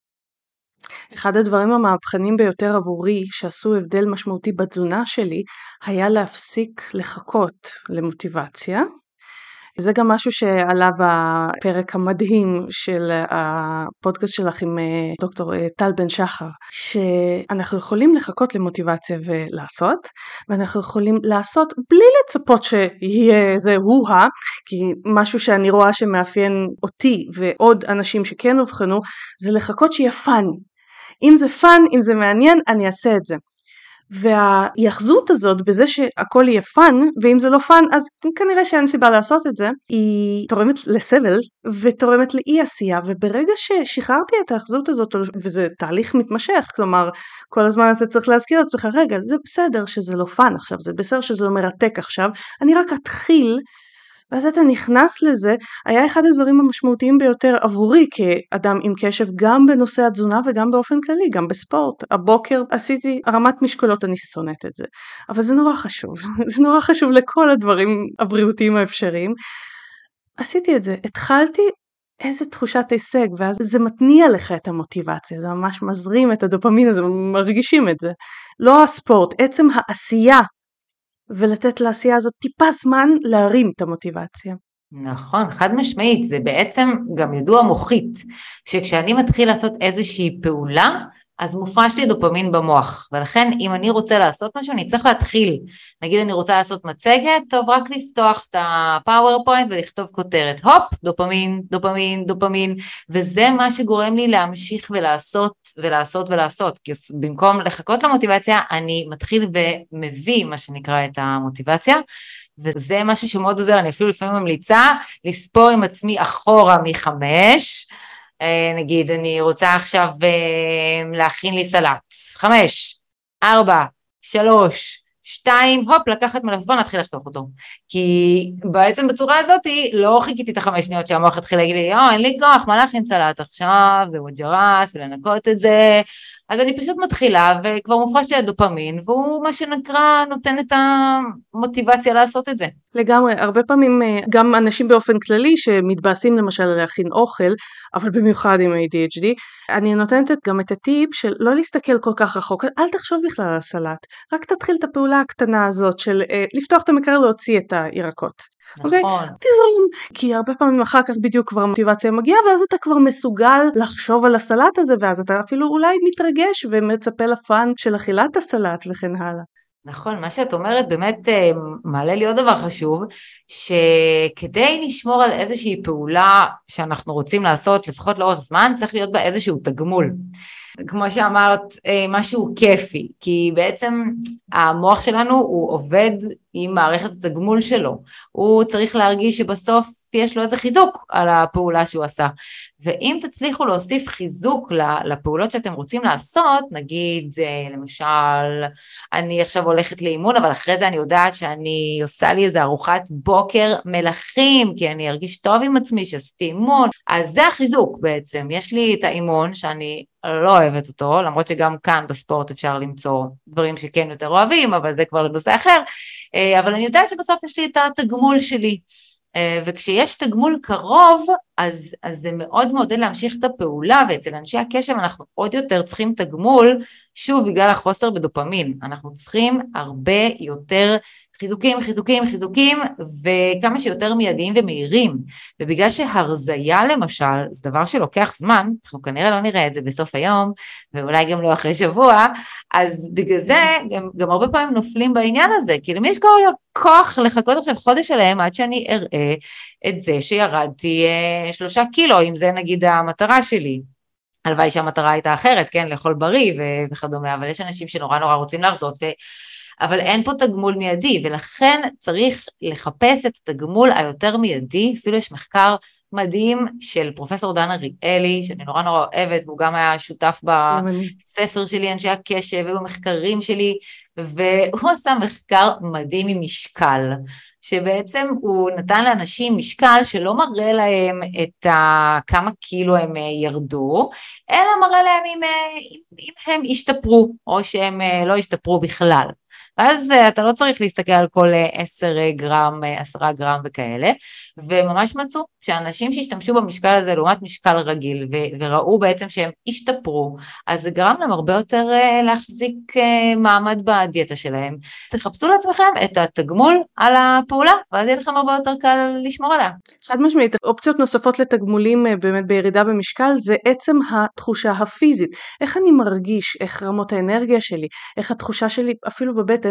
אחד הדברים המהפכנים ביותר עבורי שעשו הבדל משמעותי בתזונה שלי, היה להפסיק לחכות למוטיבציה. זה גם משהו שעלה בפרק המדהים של הפודקאסט שלך עם דוקטור טל בן שחר, שאנחנו יכולים לחכות למוטיבציה ולעשות, ואנחנו יכולים לעשות בלי לצפות שיהיה איזה וואה, כי משהו שאני רואה שמאפיין אותי ועוד אנשים שכן הובחנו, זה לחכות שיהיה פן. אם זה פן, אם זה מעניין, אני אעשה את זה. והיחזות הזאת בזה שהכל יהיה פן, ואם זה לא פן אז כנראה שאין סיבה לעשות את זה, היא תורמת לסבל ותורמת לאי עשייה, וברגע ששחררתי את היחזות הזאת, וזה תהליך מתמשך, כלומר כל הזמן אתה צריך להזכיר לעצמך, רגע זה בסדר שזה לא פן עכשיו, זה בסדר שזה לא מרתק עכשיו, אני רק אתחיל, ואז אתה נכנס לזה, היה אחד הדברים המשמעותיים ביותר עבורי כאדם עם קשב, גם בנושא התזונה וגם באופן כללי, גם בספורט. הבוקר עשיתי הרמת משקולות, אני שונאת את זה, אבל זה נורא חשוב, זה נורא חשוב לכל הדברים הבריאותיים האפשריים. עשיתי את זה, התחלתי איזה תחושת הישג, ואז זה מתניע לך את המוטיבציה, זה ממש מזרים את הדופמין הזה, מרגישים את זה. לא הספורט, עצם העשייה, ולתת לעשייה הזאת טיפה זמן להרים את המוטיבציה. נכון, חד משמעית, זה בעצם גם ידוע מוחית, שכשאני מתחיל לעשות איזושהי פעולה, אז מופרש לי דופמין במוח, ולכן אם אני רוצה לעשות משהו, אני צריך להתחיל, נגיד אני רוצה לעשות מצגת, טוב רק לפתוח את הפאורפוינט ולכתוב כותרת, הופ, דופמין, דופמין, דופמין, וזה מה שגורם לי להמשיך ולעשות ולעשות ולעשות, כי במקום לחכות למוטיבציה, אני מתחיל ומביא מה שנקרא את המוטיבציה, וזה משהו שמאוד עוזר, אני אפילו לפעמים ממליצה לספור עם עצמי אחורה מחמש, נגיד אני רוצה עכשיו להכין לי סלט, חמש, ארבע, שלוש, שתיים, הופ, לקחת מלפפון, להתחיל לחתוך אותו, כי בעצם בצורה הזאת לא חיכיתי את החמש שניות שהמוח התחיל להגיד לי, אין לי כוח, מה להכין סלט עכשיו, זה וג'רס, ולנקות את זה, אז אני פשוט מתחילה, וכבר מופרש לי הדופמין, והוא מה שנקרא נותן את המוטיבציה לעשות את זה. לגמרי, הרבה פעמים גם אנשים באופן כללי שמתבאסים למשל להכין אוכל, אבל במיוחד עם A D H D, אני נותנת גם את הטיפ של לא להסתכל כל כך רחוק, אל תחשוב בכלל על הסלט, רק תתחיל את הפעולה הקטנה הזאת של לפתוח את המקרר להוציא את הירקות. נכון. Okay? תזרום, כי הרבה פעמים אחר כך בדיוק כבר מוטיבציה מגיעה, ואז אתה כבר מסוגל לחשוב על הסלט הזה, ואז אתה אפילו אולי מתרגש ומצפה לפן של אכילת הסלט וכן הלאה. נכון, מה שאת אומרת באמת מעלה לי עוד דבר חשוב, שכדי לשמור על איזושהי פעולה שאנחנו רוצים לעשות, לפחות לאורך זמן, צריך להיות בה איזשהו תגמול. כמו שאמרת, משהו כיפי, כי בעצם המוח שלנו הוא עובד עם מערכת התגמול שלו, הוא צריך להרגיש שבסוף יש לו איזה חיזוק על הפעולה שהוא עשה, ואם תצליחו להוסיף חיזוק לפעולות שאתם רוצים לעשות, נגיד למשל, אני עכשיו הולכת לאימון, אבל אחרי זה אני יודעת שאני עושה לי איזה ארוחת בוקר מלכים, כי אני ארגיש טוב עם עצמי שעשיתי אימון, אז זה החיזוק בעצם, יש לי את האימון שאני לא אוהבת אותו, למרות שגם כאן בספורט אפשר למצוא דברים שכן יותר אוהבים, אבל זה כבר לנושא אחר, אבל אני יודעת שבסוף יש לי את התגמול שלי, וכשיש תגמול קרוב, אז, אז זה מאוד מעודד להמשיך את הפעולה, ואצל אנשי הקשב אנחנו עוד יותר צריכים תגמול, שוב בגלל החוסר בדופמין, אנחנו צריכים הרבה יותר חיזוקים, חיזוקים, חיזוקים, וכמה שיותר מיידיים ומהירים, ובגלל שהרזיה למשל, זה דבר שלוקח זמן, אנחנו כנראה לא נראה את זה בסוף היום, ואולי גם לא אחרי שבוע, אז בגלל זה גם, גם הרבה פעמים נופלים בעניין הזה, כי למי יש כוח לחכות עכשיו חודש עליהם, עד שאני אראה את זה שירדתי אה, שלושה קילו, אם זה נגיד המטרה שלי, הלוואי שהמטרה הייתה אחרת, כן, לאכול בריא וכדומה, אבל יש אנשים שנורא נורא רוצים להרזות, ו... אבל אין פה תגמול מיידי, ולכן צריך לחפש את התגמול היותר מיידי, אפילו יש מחקר מדהים של פרופסור דן אריאלי, שאני נורא נורא אוהבת, והוא גם היה שותף בספר שלי, אנשי הקשב, ובמחקרים שלי, והוא עשה מחקר מדהים עם משקל, שבעצם הוא נתן לאנשים משקל שלא מראה להם את ה... כמה קילו הם ירדו, אלא מראה להם אם, אם הם השתפרו, או שהם לא השתפרו בכלל. אז אתה לא צריך להסתכל על כל עשר גרם, עשרה גרם וכאלה, וממש מצאו שאנשים שהשתמשו במשקל הזה לעומת משקל רגיל, ו- וראו בעצם שהם השתפרו, אז זה גרם להם הרבה יותר להחזיק מעמד בדיאטה שלהם. תחפשו לעצמכם את התגמול על הפעולה, ואז יהיה לכם הרבה יותר קל לשמור עליה. חד משמעית, אופציות נוספות לתגמולים באמת בירידה במשקל, זה עצם התחושה הפיזית. איך אני מרגיש, איך רמות האנרגיה שלי, איך התחושה שלי אפילו בבטן,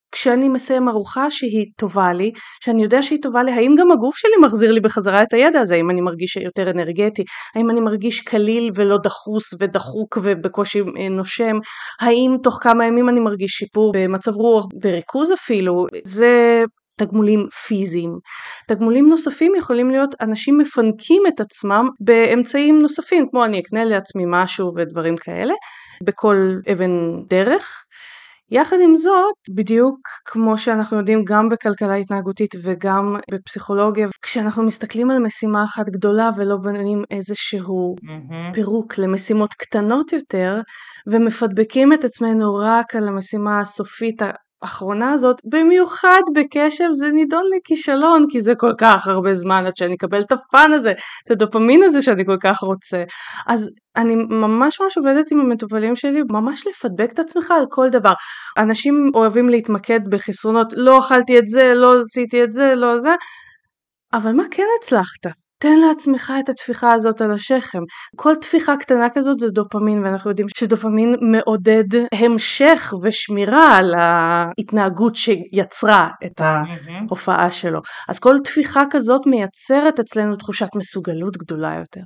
כשאני מסיים ארוחה שהיא טובה לי, שאני יודע שהיא טובה לי, האם גם הגוף שלי מחזיר לי בחזרה את הידע הזה, האם אני מרגיש יותר אנרגטי, האם אני מרגיש קליל ולא דחוס ודחוק ובקושי נושם, האם תוך כמה ימים אני מרגיש שיפור במצב רוח, בריכוז אפילו, זה תגמולים פיזיים. תגמולים נוספים יכולים להיות אנשים מפנקים את עצמם באמצעים נוספים, כמו אני אקנה לעצמי משהו ודברים כאלה, בכל אבן דרך. יחד עם זאת, בדיוק כמו שאנחנו יודעים גם בכלכלה התנהגותית וגם בפסיכולוגיה, כשאנחנו מסתכלים על משימה אחת גדולה ולא בנים איזשהו mm-hmm. פירוק למשימות קטנות יותר, ומפדבקים את עצמנו רק על המשימה הסופית האחרונה הזאת, במיוחד בקשב זה נידון לכישלון, כי זה כל כך הרבה זמן עד שאני אקבל את הפן הזה, את הדופמין הזה שאני כל כך רוצה. אז אני ממש ממש עובדת עם המטופלים שלי, ממש לפדבק את עצמך על כל דבר. אנשים אוהבים להתמקד בחסרונות, לא אכלתי את זה, לא עשיתי את זה, לא זה, אבל מה כן הצלחת? תן לעצמך את התפיחה הזאת על השכם. כל תפיחה קטנה כזאת זה דופמין, ואנחנו יודעים שדופמין מעודד המשך ושמירה על ההתנהגות שיצרה את ההופעה שלו. אז כל תפיחה כזאת מייצרת אצלנו תחושת מסוגלות גדולה יותר.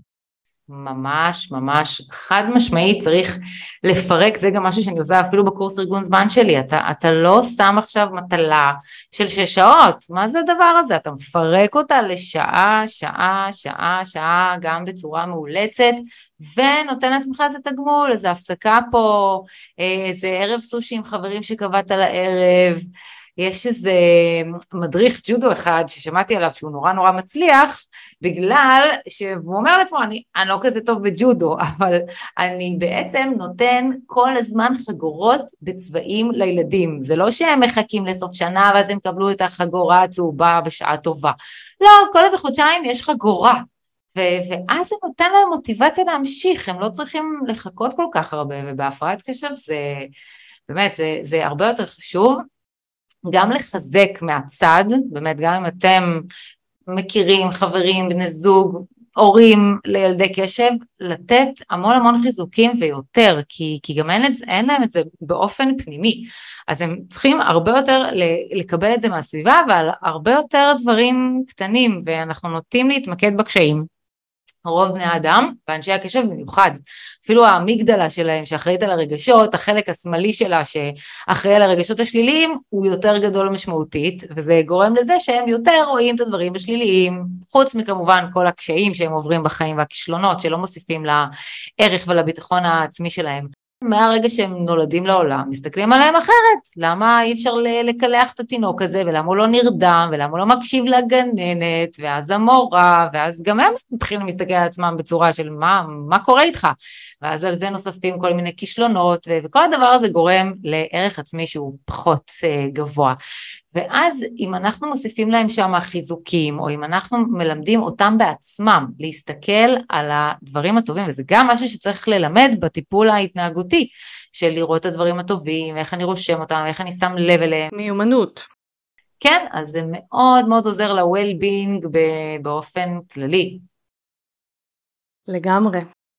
ממש ממש חד משמעית, צריך לפרק, זה גם משהו שאני עושה אפילו בקורס ארגון זמן שלי, אתה, אתה לא שם עכשיו מטלה של שש שעות, מה זה הדבר הזה? אתה מפרק אותה לשעה, שעה, שעה, שעה, גם בצורה מאולצת, ונותן לעצמך איזה תגמול, איזה הפסקה פה, איזה ערב סושי עם חברים שקבעת לערב, יש איזה מדריך ג'ודו אחד ששמעתי עליו שהוא נורא נורא מצליח, בגלל שהוא אומר לעצמו, אני, אני לא כזה טוב בג'ודו, אבל אני בעצם נותן כל הזמן חגורות בצבעים לילדים. זה לא שהם מחכים לסוף שנה ואז הם קבלו את החגורה הצהובה בשעה טובה. לא, כל איזה חודשיים יש חגורה. ו- ואז זה נותן להם מוטיבציה להמשיך, הם לא צריכים לחכות כל כך הרבה, ובהפרעת קשב זה, באמת, זה, זה הרבה יותר חשוב. גם לחזק מהצד, באמת גם אם אתם מכירים, חברים, בני זוג, הורים לילדי קשב, לתת המון המון חיזוקים ויותר, כי, כי גם אין, אין להם את זה באופן פנימי, אז הם צריכים הרבה יותר לקבל את זה מהסביבה, אבל הרבה יותר דברים קטנים, ואנחנו נוטים להתמקד בקשיים, רוב בני האדם, ואנשי הקשב במיוחד, אפילו האמיגדלה שלהם שאחראית על הרגשות, החלק השמאלי שלה שאחראי על הרגשות השליליים, הוא יותר גדול ומשמעותית, וזה גורם לזה שהם יותר רואים את הדברים השליליים, חוץ מכמובן כל הקשיים שהם עוברים בחיים והכישלונות, שלא מוסיפים לערך ולביטחון העצמי שלהם. מהרגע שהם נולדים לעולם, מסתכלים עליהם אחרת, למה אי אפשר לקלח את התינוק הזה, ולמה הוא לא נרדם, ולמה הוא לא מקשיב לגננת, ואז המורה, ואז גם הם מתחילים להסתכל על עצמם בצורה של מה, מה קורה איתך, ואז על זה נוספים כל מיני כישלונות, וכל הדבר הזה גורם לערך עצמי שהוא פחות גבוה, ואז אם אנחנו מוסיפים להם שם חיזוקים, או אם אנחנו מלמדים אותם בעצמם להסתכל על הדברים הטובים, וזה גם משהו שצריך ללמד בטיפול ההתנהגותי, של לראות את הדברים הטובים, איך אני רושם אותם, איך אני שם לב אליהם. מיומנות. כן, אז זה מאוד מאוד עוזר ל-well-being באופן כללי. לגמרי.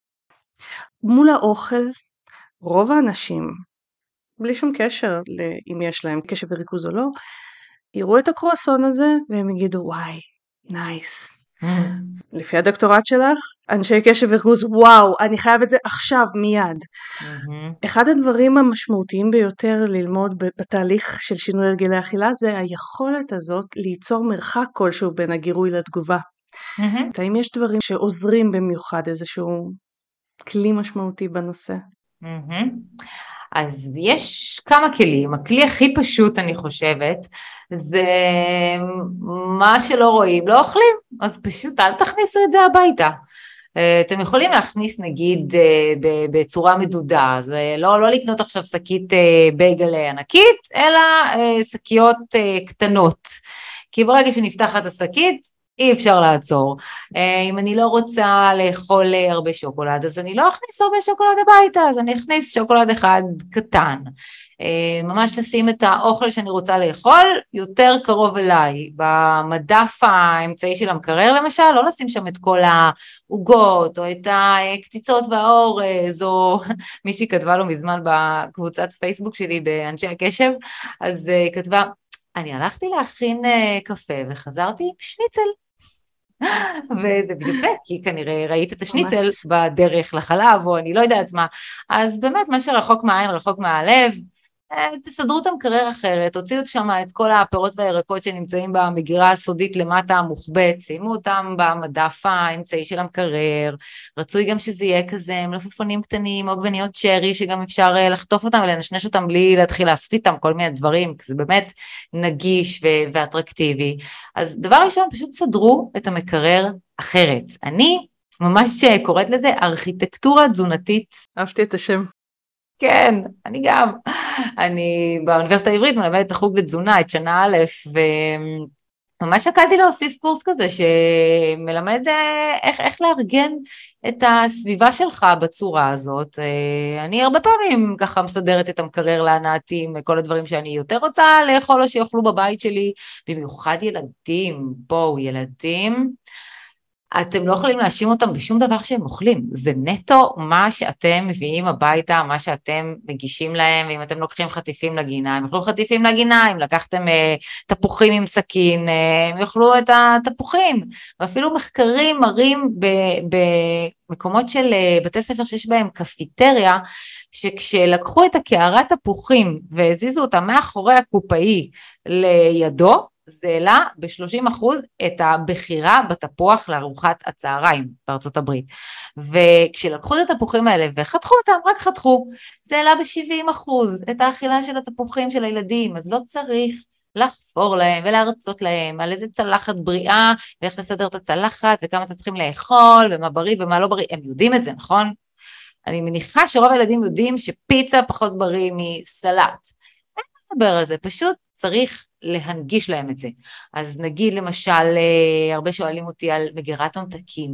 מול האוכל, רוב האנשים, בלי שום קשר אם יש להם קשב וריכוז או לא, יראו את הקרואסון הזה והם יגידו וואי, נייס. Mm. לפי הדוקטורט שלך, אנשי קשב וריכוז, וואו, אני חייב את זה עכשיו, מיד. Mm-hmm. אחד הדברים המשמעותיים ביותר ללמוד בתהליך של שינוי הרגלי אכילה, זה היכולת הזאת ליצור מרחק כלשהו בין הגירוי לתגובה. Mm-hmm. האם יש דברים שעוזרים במיוחד, איזשהו כלי משמעותי בנושא? Mm-hmm. אז יש כמה כלים, הכלי הכי פשוט אני חושבת, זה מה שלא רואים, לא אוכלים, אז פשוט אל תכניסו את זה הביתה. אתם יכולים להכניס נגיד בצורה מדודה, אז לא, לא לקנות עכשיו שקית בייגל ענקית, אלא שקיות קטנות, כי ברגע שנפתחת השקית, אי אפשר לעצור. אם אני לא רוצה לאכול הרבה שוקולד, אז אני לא אכניס הרבה שוקולד הביתה, אז אני אכניס שוקולד אחד קטן. ממש לשים את האוכל שאני רוצה לאכול יותר קרוב אליי, במדף האמצעי של המקרר למשל, לא לשים שם את כל העוגות, או את הקציצות והאורז, או מישהי כתבה לו מזמן בקבוצת פייסבוק שלי באנשי הקשב, אז היא כתבה, אני הלכתי להכין קפה וחזרתי עם שניצל. וזה בדיוק זה, כי כנראה ראית את השניצל ממש. בדרך לחלב, או אני לא יודעת מה, אז באמת מה שרחוק מהעין, רחוק מהלב, תסדרו את המקרר אחרת, תוציאו שם את כל הפירות והירקות שנמצאים במגירה הסודית למטה המוחבאת, שימו אותם במדף האמצעי של המקרר, רצוי גם שזה יהיה כזה מלפפונים קטנים, עוגבניות שרי, שגם אפשר לחטוף אותם ולנשנש אותם בלי להתחיל לעשות איתם כל מיני דברים, כי זה באמת נגיש ו- ואטרקטיבי. אז דבר ראשון, פשוט סדרו את המקרר אחרת. אני ממש קוראת לזה ארכיטקטורה תזונתית. אהבתי את השם. כן, אני גם. אני באוניברסיטה העברית מלמדת את החוג לתזונה, את שנה א', וממש שקלתי להוסיף קורס כזה שמלמד איך, איך לארגן את הסביבה שלך בצורה הזאת. אני הרבה פעמים ככה מסדרת את המקרר להנאתי עם כל הדברים שאני יותר רוצה לאכול או שיאכלו בבית שלי, במיוחד ילדים, בואו ילדים. אתם לא יכולים להאשים אותם בשום דבר שהם אוכלים, זה נטו מה שאתם מביאים הביתה, מה שאתם מגישים להם, ואם אתם לוקחים חטיפים לגינה, הם יאכלו חטיפים לגינה, אם לקחתם אה, תפוחים עם סכין, אה, הם יאכלו את התפוחים, ואפילו מחקרים מראים במקומות של אה, בתי ספר שיש בהם קפיטריה, שכשלקחו את הקערת תפוחים והזיזו אותה מאחורי הקופאי לידו, זה העלה ב-שלושים אחוז את הבחירה בתפוח לארוחת הצהריים בארצות הברית. וכשלקחו את התפוחים האלה וחתכו אותם, רק חתכו, זה העלה ב-שבעים אחוז את האכילה של התפוחים של הילדים, אז לא צריך לחפור להם ולהרצות להם על איזה צלחת בריאה, ואיך לסדר את הצלחת, וכמה אתם צריכים לאכול, ומה בריא ומה לא בריא, הם יודעים את זה, נכון? אני מניחה שרוב הילדים יודעים שפיצה פחות בריא מסלט. אין לדבר על זה, פשוט צריך להנגיש להם את זה. אז נגיד למשל, הרבה שואלים אותי על מגירת ממתקים.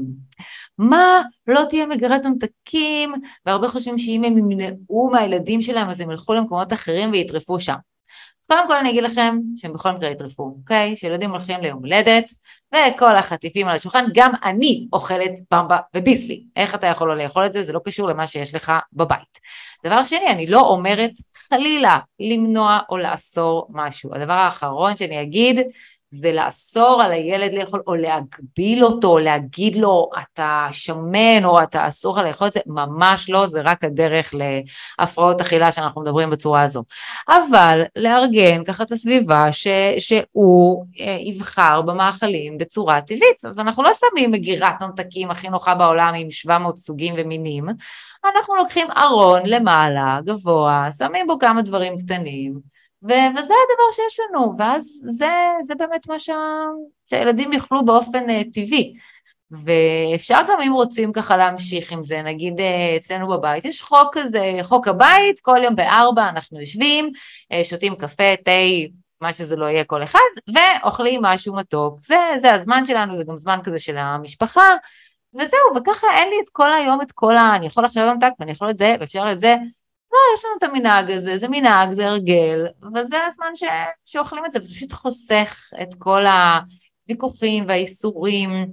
מה לא תהיה מגירת ממתקים? והרבה חושבים שאם הם ימנעו מהילדים שלהם, אז הם ילכו למקומות אחרים ויטרפו שם. קודם כל אני אגיד לכם שהם בכל מקרה יטרפו, אוקיי? שילדים הולכים ליום הולדת, וכל החטיפים על השולחן, גם אני אוכלת במבה וביסלי. איך אתה יכול לא לאכול את זה? זה לא קשור למה שיש לך בבית. דבר שני, אני לא אומרת חלילה למנוע או לאסור משהו. הדבר האחרון שאני אגיד, זה לאסור על הילד לאכול, או להגביל אותו, או להגיד לו, אתה שמן, או אתה אסור לך לאכול את זה, ממש לא, זה רק הדרך להפרעות אכילה שאנחנו מדברים בצורה הזו. אבל לארגן ככה את הסביבה, ש, שהוא יבחר במאכלים בצורה טבעית, אז אנחנו לא שמים מגירת ממתקים הכי נוחה בעולם, עם שבע מאות סוגים ומינים, אנחנו לוקחים ארון למעלה, גבוה, שמים בו כמה דברים קטנים, ו- וזה הדבר שיש לנו, ואז זה, זה באמת מה שה... שהילדים יאכלו באופן uh, טבעי, ואפשר גם אם רוצים ככה להמשיך עם זה, נגיד uh, אצלנו בבית, יש חוק כזה, חוק הבית, כל יום בארבע אנחנו יושבים, uh, שותים קפה, תה, מה שזה לא יהיה כל אחד, ואוכלים משהו מתוק, זה, זה הזמן שלנו, זה גם זמן כזה של המשפחה, וזהו, וככה אין לי את כל היום, את כל ה... אני יכול עכשיו למתק, ואני יכול את זה, ואפשר את זה, לא, יש לנו את המנהג הזה, זה מנהג, זה הרגל, וזה הזמן ש... שאוכלים את זה, וזה פשוט חוסך את כל הוויכוחים והאיסורים,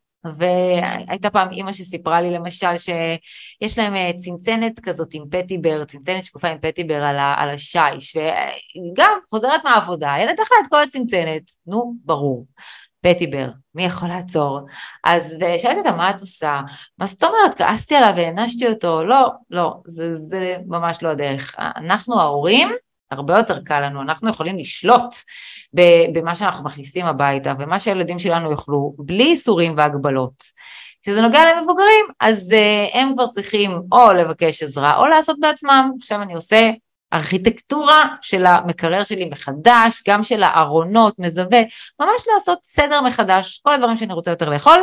והייתה פעם אמא שסיפרה לי למשל שיש להם צנצנת כזאת עם פטיבר, צנצנת שקופה עם פטיבר על, ה... על השיש, וגם חוזרת מהעבודה, ילד אחד כל הצנצנת, נו, ברור. פטיבר, מי יכול לעצור? אז ושאלתי אותה, מה את עושה? מה זאת אומרת? כעסתי עליו והענשתי אותו? לא, לא, זה, זה ממש לא הדרך. אנחנו ההורים, הרבה יותר קל לנו, אנחנו יכולים לשלוט במה שאנחנו מכניסים הביתה, ומה שהילדים שלנו יאכלו, בלי איסורים והגבלות. כשזה נוגע למבוגרים, אז הם כבר צריכים או לבקש עזרה, או לעשות בעצמם. עכשיו אני עושה ארכיטקטורה של המקרר שלי מחדש, גם של הארונות, מזווה, ממש לעשות סדר מחדש, כל הדברים שאני רוצה יותר לאכול,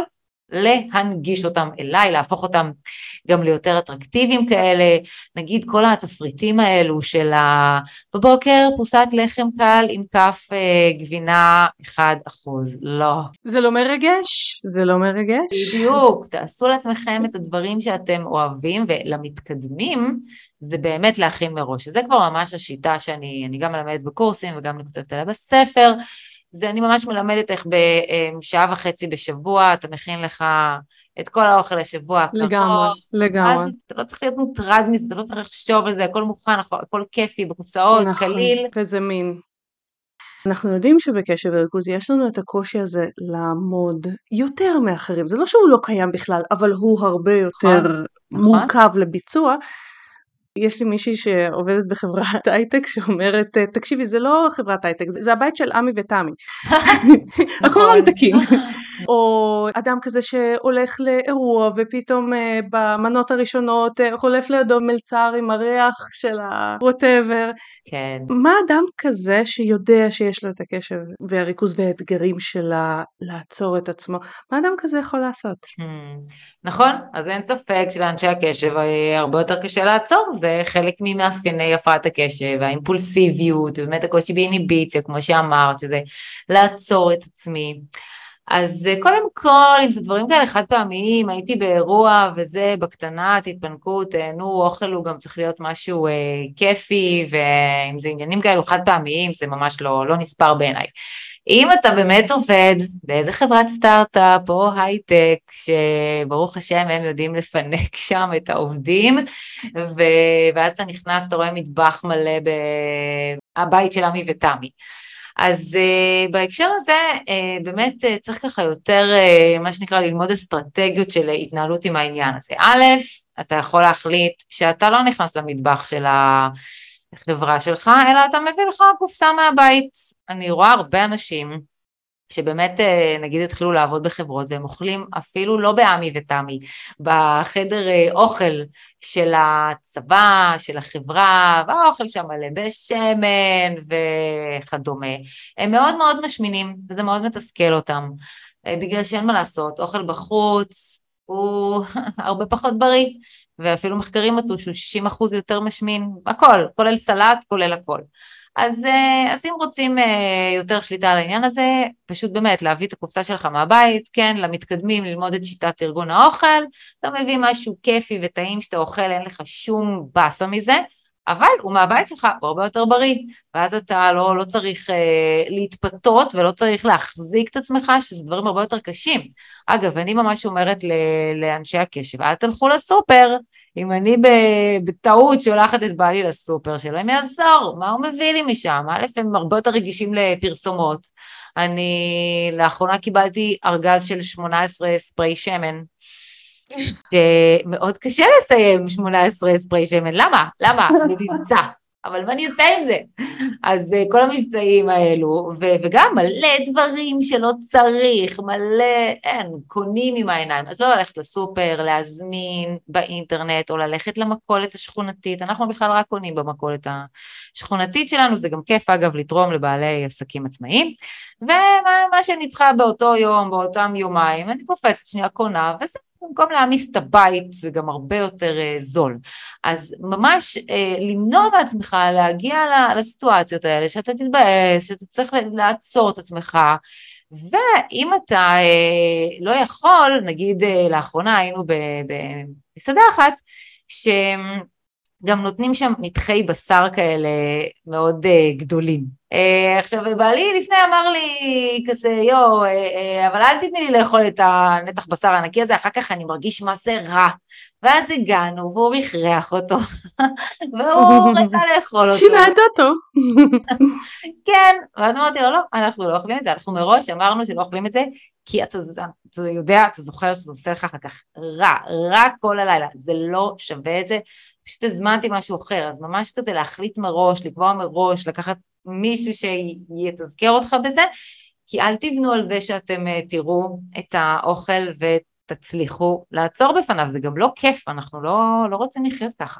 להנגיש אותם אליי, להפוך אותם גם ליותר אטרקטיביים כאלה, נגיד כל התפריטים האלו של ה... בבוקר פרוסת לחם קל עם כף אה, גבינה אחד אחוז, לא. זה לא מרגש? זה לא מרגש? בדיוק, תעשו לעצמכם את הדברים שאתם אוהבים, ולמתקדמים זה באמת להכין מראש, שזה כבר ממש השיטה שאני אני גם מלמדת בקורסים וגם אני כותבת עליה בספר, זה אני ממש מלמדת איך בשעה וחצי בשבוע, אתה מכין לך את כל האוכל לשבוע הקרוב, לגמרי, לגמרי. אז אתה לא צריך להיות מוטרד מזה, אתה לא צריך לחשוב על זה, הכל מוכן, הכל כיפי, בקופסאות, נכון, קליל. וזמין. אנחנו יודעים שבקשב וריכוז יש לנו את הקושי הזה לעמוד יותר מאחרים, זה לא שהוא לא קיים בכלל, אבל הוא הרבה יותר נכון, מורכב לביצוע. יש לי מישהי שעובדת בחברת הייטק שאומרת, תקשיבי, זה לא חברת הייטק, זה הבית של עמי ותמי. הכל ממתקים. או אדם כזה שהולך לאירוע ופתאום במנות הראשונות חולף לידו מלצר עם הריח של ה-whatever. כן. מה אדם כזה שיודע שיש לו את הקשב והריכוז והאתגרים שלה לעצור את עצמו, מה אדם כזה יכול לעשות? נכון, אז אין ספק שלאנשי הקשב הרבה יותר קשה לעצור, זה חלק ממאפייני הפרעת הקשב, האימפולסיביות, ובאמת הקושי באיניביציה, כמו שאמרת, שזה לעצור את עצמי. אז קודם כל, אם זה דברים כאלה חד פעמיים, הייתי באירוע וזה בקטנה, תתפנקו, תהנו, אוכל הוא גם צריך להיות משהו אה, כיפי, ואם זה עניינים כאלו חד פעמיים, זה ממש לא, לא נספר בעיניי. אם אתה באמת עובד באיזה חברת סטארט-אפ או הייטק, שברוך השם הם יודעים לפנק שם את העובדים, ו... ואז אתה נכנס, אתה רואה מטבח מלא בבית של עמי ותמי. אז uh, בהקשר הזה uh, באמת uh, צריך ככה יותר uh, מה שנקרא ללמוד אסטרטגיות של התנהלות עם העניין הזה. א', אתה יכול להחליט שאתה לא נכנס למטבח של החברה שלך, אלא אתה מביא לך קופסה מהבית. אני רואה הרבה אנשים שבאמת נגיד התחילו לעבוד בחברות והם אוכלים אפילו לא בעמי ותמי, בחדר אוכל של הצבא, של החברה, והאוכל שם מלא בשמן וכדומה. הם מאוד מאוד משמינים וזה מאוד מתסכל אותם, בגלל שאין מה לעשות, אוכל בחוץ הוא הרבה פחות בריא, ואפילו מחקרים מצאו שהוא שישים אחוז יותר משמין, הכל, כולל סלט, כולל הכל. אז, אז אם רוצים יותר שליטה על העניין הזה, פשוט באמת להביא את הקופסה שלך מהבית, כן, למתקדמים, ללמוד את שיטת ארגון האוכל, אתה מביא משהו כיפי וטעים שאתה אוכל, אין לך שום בסה מזה, אבל הוא מהבית שלך, הוא הרבה יותר בריא, ואז אתה לא, לא צריך אה, להתפתות ולא צריך להחזיק את עצמך, שזה דברים הרבה יותר קשים. אגב, אני ממש אומרת לאנשי הקשב, אל תלכו לסופר, אם אני בטעות שולחת את בעלי לסופר שלו, הם יעזור, מה הוא מביא לי משם? א', הם הרבה יותר רגישים לפרסומות. אני לאחרונה קיבלתי ארגז של שמונה עשרה ספרי שמן, שמאוד קשה לסיים שמונה עשרה ספרי שמן, למה? למה? מבצע. אבל מה אני עושה עם זה? אז כל המבצעים האלו, ו- וגם מלא דברים שלא צריך, מלא, אין, קונים עם העיניים, אז לא ללכת לסופר, להזמין באינטרנט, או ללכת למכולת השכונתית, אנחנו בכלל רק קונים במכולת השכונתית שלנו, זה גם כיף אגב לתרום לבעלי עסקים עצמאיים, ומה שאני צריכה באותו יום, באותם יומיים, אני קופצת שנייה קונה, וזה במקום להעמיס את הבית, זה גם הרבה יותר uh, זול. אז ממש uh, למנוע מעצמך להגיע לסיטואציות האלה, שאתה תתבאס, שאתה צריך לעצור את עצמך, ואם אתה uh, לא יכול, נגיד uh, לאחרונה היינו במסעדה אחת, שגם נותנים שם מתחי בשר כאלה מאוד uh, גדולים. Uh, עכשיו בעלי לפני אמר לי כזה יו, uh, uh, אבל אל תתני לי לאכול את הנתח בשר הענקי הזה, אחר כך אני מרגיש מה זה רע, ואז הגענו והוא מכריח אותו, והוא רצה לאכול אותו. שינה את דעתו. כן, ואז אמרתי לו לא, אנחנו לא אוכלים את זה, אנחנו מראש אמרנו שלא אוכלים את זה, כי אתה, אתה יודע, אתה זוכר שזה עושה לך אחר כך רע, רע כל הלילה, זה לא שווה את זה, פשוט הזמנתי משהו אחר, אז ממש כזה להחליט מראש, לקבוע מראש, לקחת מישהו שיתזכר אותך בזה, כי אל תבנו על זה שאתם תראו את האוכל ותצליחו לעצור בפניו, זה גם לא כיף, אנחנו לא, לא רוצים לחיות ככה.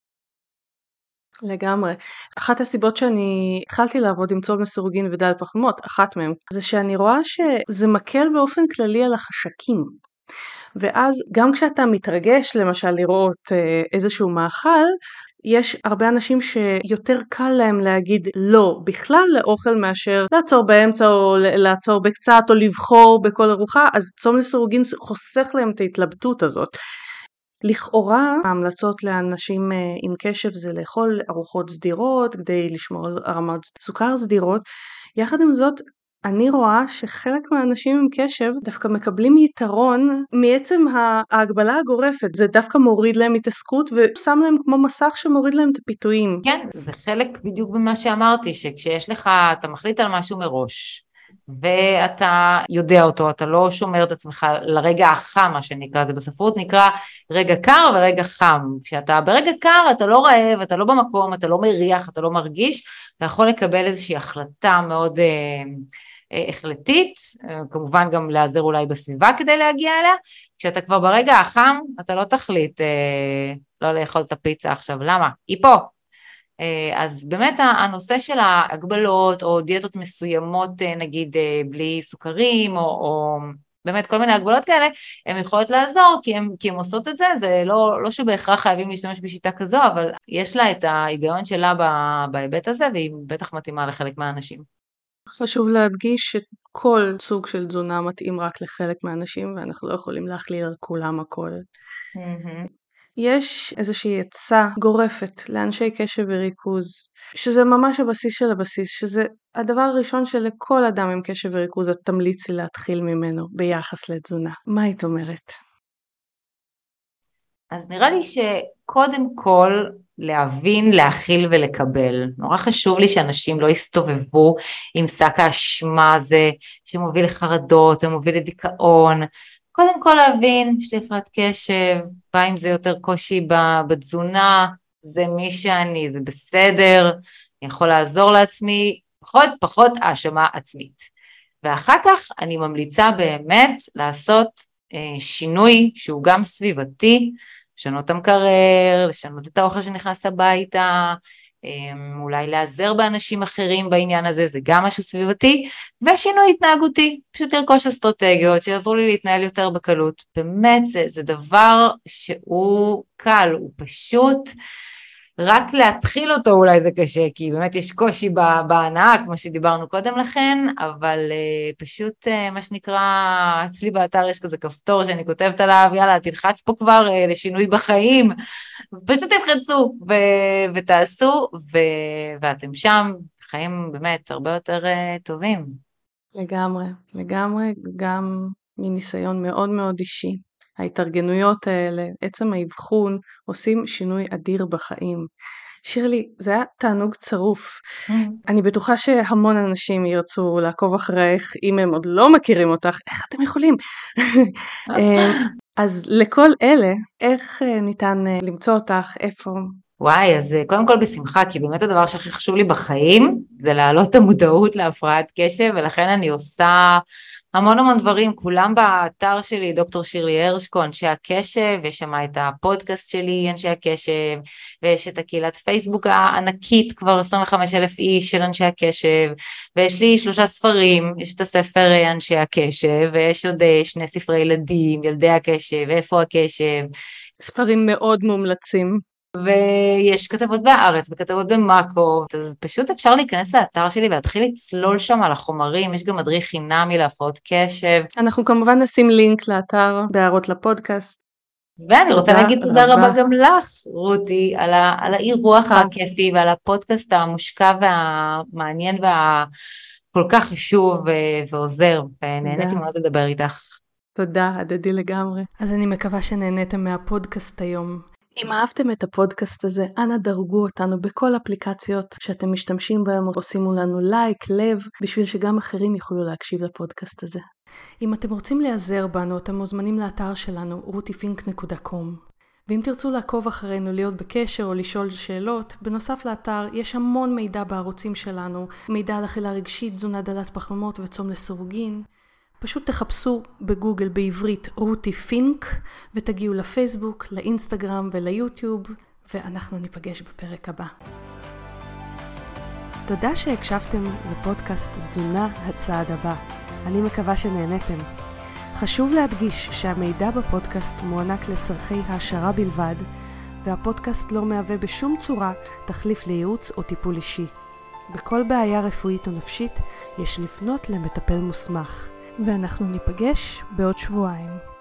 לגמרי. אחת הסיבות שאני התחלתי לעבוד עם צול מסורוגין ודל פחמות, אחת מהם, זה שאני רואה שזה מקל באופן כללי על החשקים. ואז גם כשאתה מתרגש למשל לראות איזשהו מאכל, יש הרבה אנשים שיותר קל להם להגיד לא בכלל לאוכל מאשר לעצור באמצע או לעצור בקצת או לבחור בכל ארוחה, אז צום לסירוגין חוסך להם את ההתלבטות הזאת. לכאורה ההמלצות לאנשים עם קשב זה לאכול ארוחות סדירות כדי לשמור על רמות סוכר סדירות. יחד עם זאת אני רואה שחלק מהאנשים עם קשב דווקא מקבלים יתרון מעצם ההגבלה הגורפת, זה דווקא מוריד להם התעסקות ושם להם כמו מסך שמוריד להם את הפיתויים. כן, זה חלק בדיוק במה שאמרתי, שכשיש לך, אתה מחליט על משהו מראש, ואתה יודע אותו, אתה לא שומר את עצמך לרגע החם, מה שנקרא, זה בספרות נקרא רגע קר ורגע חם. כשאתה ברגע קר, אתה לא רעב, אתה לא במקום, אתה לא מריח, אתה לא מרגיש, אתה יכול לקבל איזושהי החלטה מאוד אה, החלטית, אה, כמובן גם לעזר אולי בסביבה כדי להגיע אליה. כשאתה כבר ברגע החם, אתה לא תחליט אה, לא לאכול את הפיצה עכשיו, למה? היא פה. אז באמת הנושא של ההגבלות או דיאטות מסוימות נגיד בלי סוכרים או, או באמת כל מיני הגבלות כאלה, הן יכולות לעזור כי הן, כי הן עושות את זה, זה לא, לא שבהכרח חייבים להשתמש בשיטה כזו, אבל יש לה את ההיגיון שלה בהיבט הזה והיא בטח מתאימה לחלק מהאנשים. חשוב להדגיש שכל סוג של תזונה מתאים רק לחלק מהאנשים ואנחנו לא יכולים להכליל על כולם הכל. Mm-hmm. יש איזושהי עצה גורפת לאנשי קשב וריכוז, שזה ממש הבסיס של הבסיס, שזה הדבר הראשון שלכל אדם עם קשב וריכוז את תמליצי להתחיל ממנו ביחס לתזונה. מה היית אומרת? אז נראה לי שקודם כל להבין, להכיל ולקבל. נורא חשוב לי שאנשים לא יסתובבו עם שק האשמה הזה שמוביל לחרדות, שמוביל לדיכאון. קודם כל להבין, יש לי הפרעת קשב, בא אם זה יותר קושי בתזונה, זה מי שאני, זה בסדר, אני יכול לעזור לעצמי, פחות פחות האשמה עצמית. ואחר כך אני ממליצה באמת לעשות אה, שינוי שהוא גם סביבתי, לשנות את המקרר, לשנות את האוכל שנכנס הביתה, אולי לעזר באנשים אחרים בעניין הזה, זה גם משהו סביבתי, ושינוי התנהגותי, פשוט לרכוש אסטרטגיות שיעזרו לי להתנהל יותר בקלות. באמת זה, זה דבר שהוא קל, הוא פשוט, רק להתחיל אותו אולי זה קשה, כי באמת יש קושי בהנאה, כמו שדיברנו קודם לכן, אבל uh, פשוט uh, מה שנקרא, אצלי באתר יש כזה כפתור שאני כותבת עליו, יאללה, תלחץ פה כבר uh, לשינוי בחיים, פשוט תלחצו ו- ותעשו, ו- ואתם שם, חיים באמת הרבה יותר uh, טובים. לגמרי, לגמרי, גם מניסיון מאוד מאוד אישי. ההתארגנויות האלה, עצם האבחון, עושים שינוי אדיר בחיים. שירלי, זה היה תענוג צרוף. Mm. אני בטוחה שהמון אנשים ירצו לעקוב אחריך, אם הם עוד לא מכירים אותך, איך אתם יכולים? אז לכל אלה, איך ניתן למצוא אותך, איפה? וואי, אז קודם כל בשמחה, כי באמת הדבר שהכי חשוב לי בחיים, זה להעלות את המודעות להפרעת קשב, ולכן אני עושה המון המון דברים, כולם באתר שלי, דוקטור שירלי הרשקו, אנשי הקשב, יש שם את הפודקאסט שלי, אנשי הקשב, ויש את הקהילת פייסבוק הענקית, כבר עשרים וחמישה אלף איש של אנשי הקשב, ויש לי שלושה ספרים, יש את הספר אנשי הקשב, ויש עוד שני ספרי ילדים, ילדי הקשב, איפה הקשב. ספרים מאוד מומלצים. ויש כתבות בארץ וכתבות במאקו, אז פשוט אפשר להיכנס לאתר שלי ולהתחיל לצלול שם על החומרים, יש גם מדריך חינמי להפרעות קשב. אנחנו כמובן נשים לינק לאתר בהערות לפודקאסט. ואני רוצה להגיד תודה רבה גם לך, רותי, על, ה, על האירוח הכיפי ועל הפודקאסט המושקע והמעניין והכל כך חשוב ועוזר, ונהניתי מאוד לדבר איתך. תודה, הדדי לגמרי. אז אני מקווה שנהניתם מהפודקאסט היום. אם אהבתם את הפודקאסט הזה, אנא דרגו אותנו בכל אפליקציות שאתם משתמשים בהם, או שימו לנו לייק, לב, בשביל שגם אחרים יוכלו להקשיב לפודקאסט הזה. אם אתם רוצים להיעזר בנו, אתם מוזמנים לאתר שלנו, רותי פינק נקודה קום. ואם תרצו לעקוב אחרינו, להיות בקשר או לשאול שאלות, בנוסף לאתר יש המון מידע בערוצים שלנו, מידע על אכילה רגשית, תזונה דלת פחמימות וצום לסירוגין. פשוט תחפשו בגוגל בעברית רותי פינק ותגיעו לפייסבוק, לאינסטגרם וליוטיוב, ואנחנו ניפגש בפרק הבא. תודה שהקשבתם לפודקאסט תזונה הצעד הבא. אני מקווה שנהנתם. חשוב להדגיש שהמידע בפודקאסט מוענק לצרכי העשרה בלבד, והפודקאסט לא מהווה בשום צורה תחליף לייעוץ או טיפול אישי. בכל בעיה רפואית או נפשית יש לפנות למטפל מוסמך. ואנחנו ניפגש בעוד שבועיים.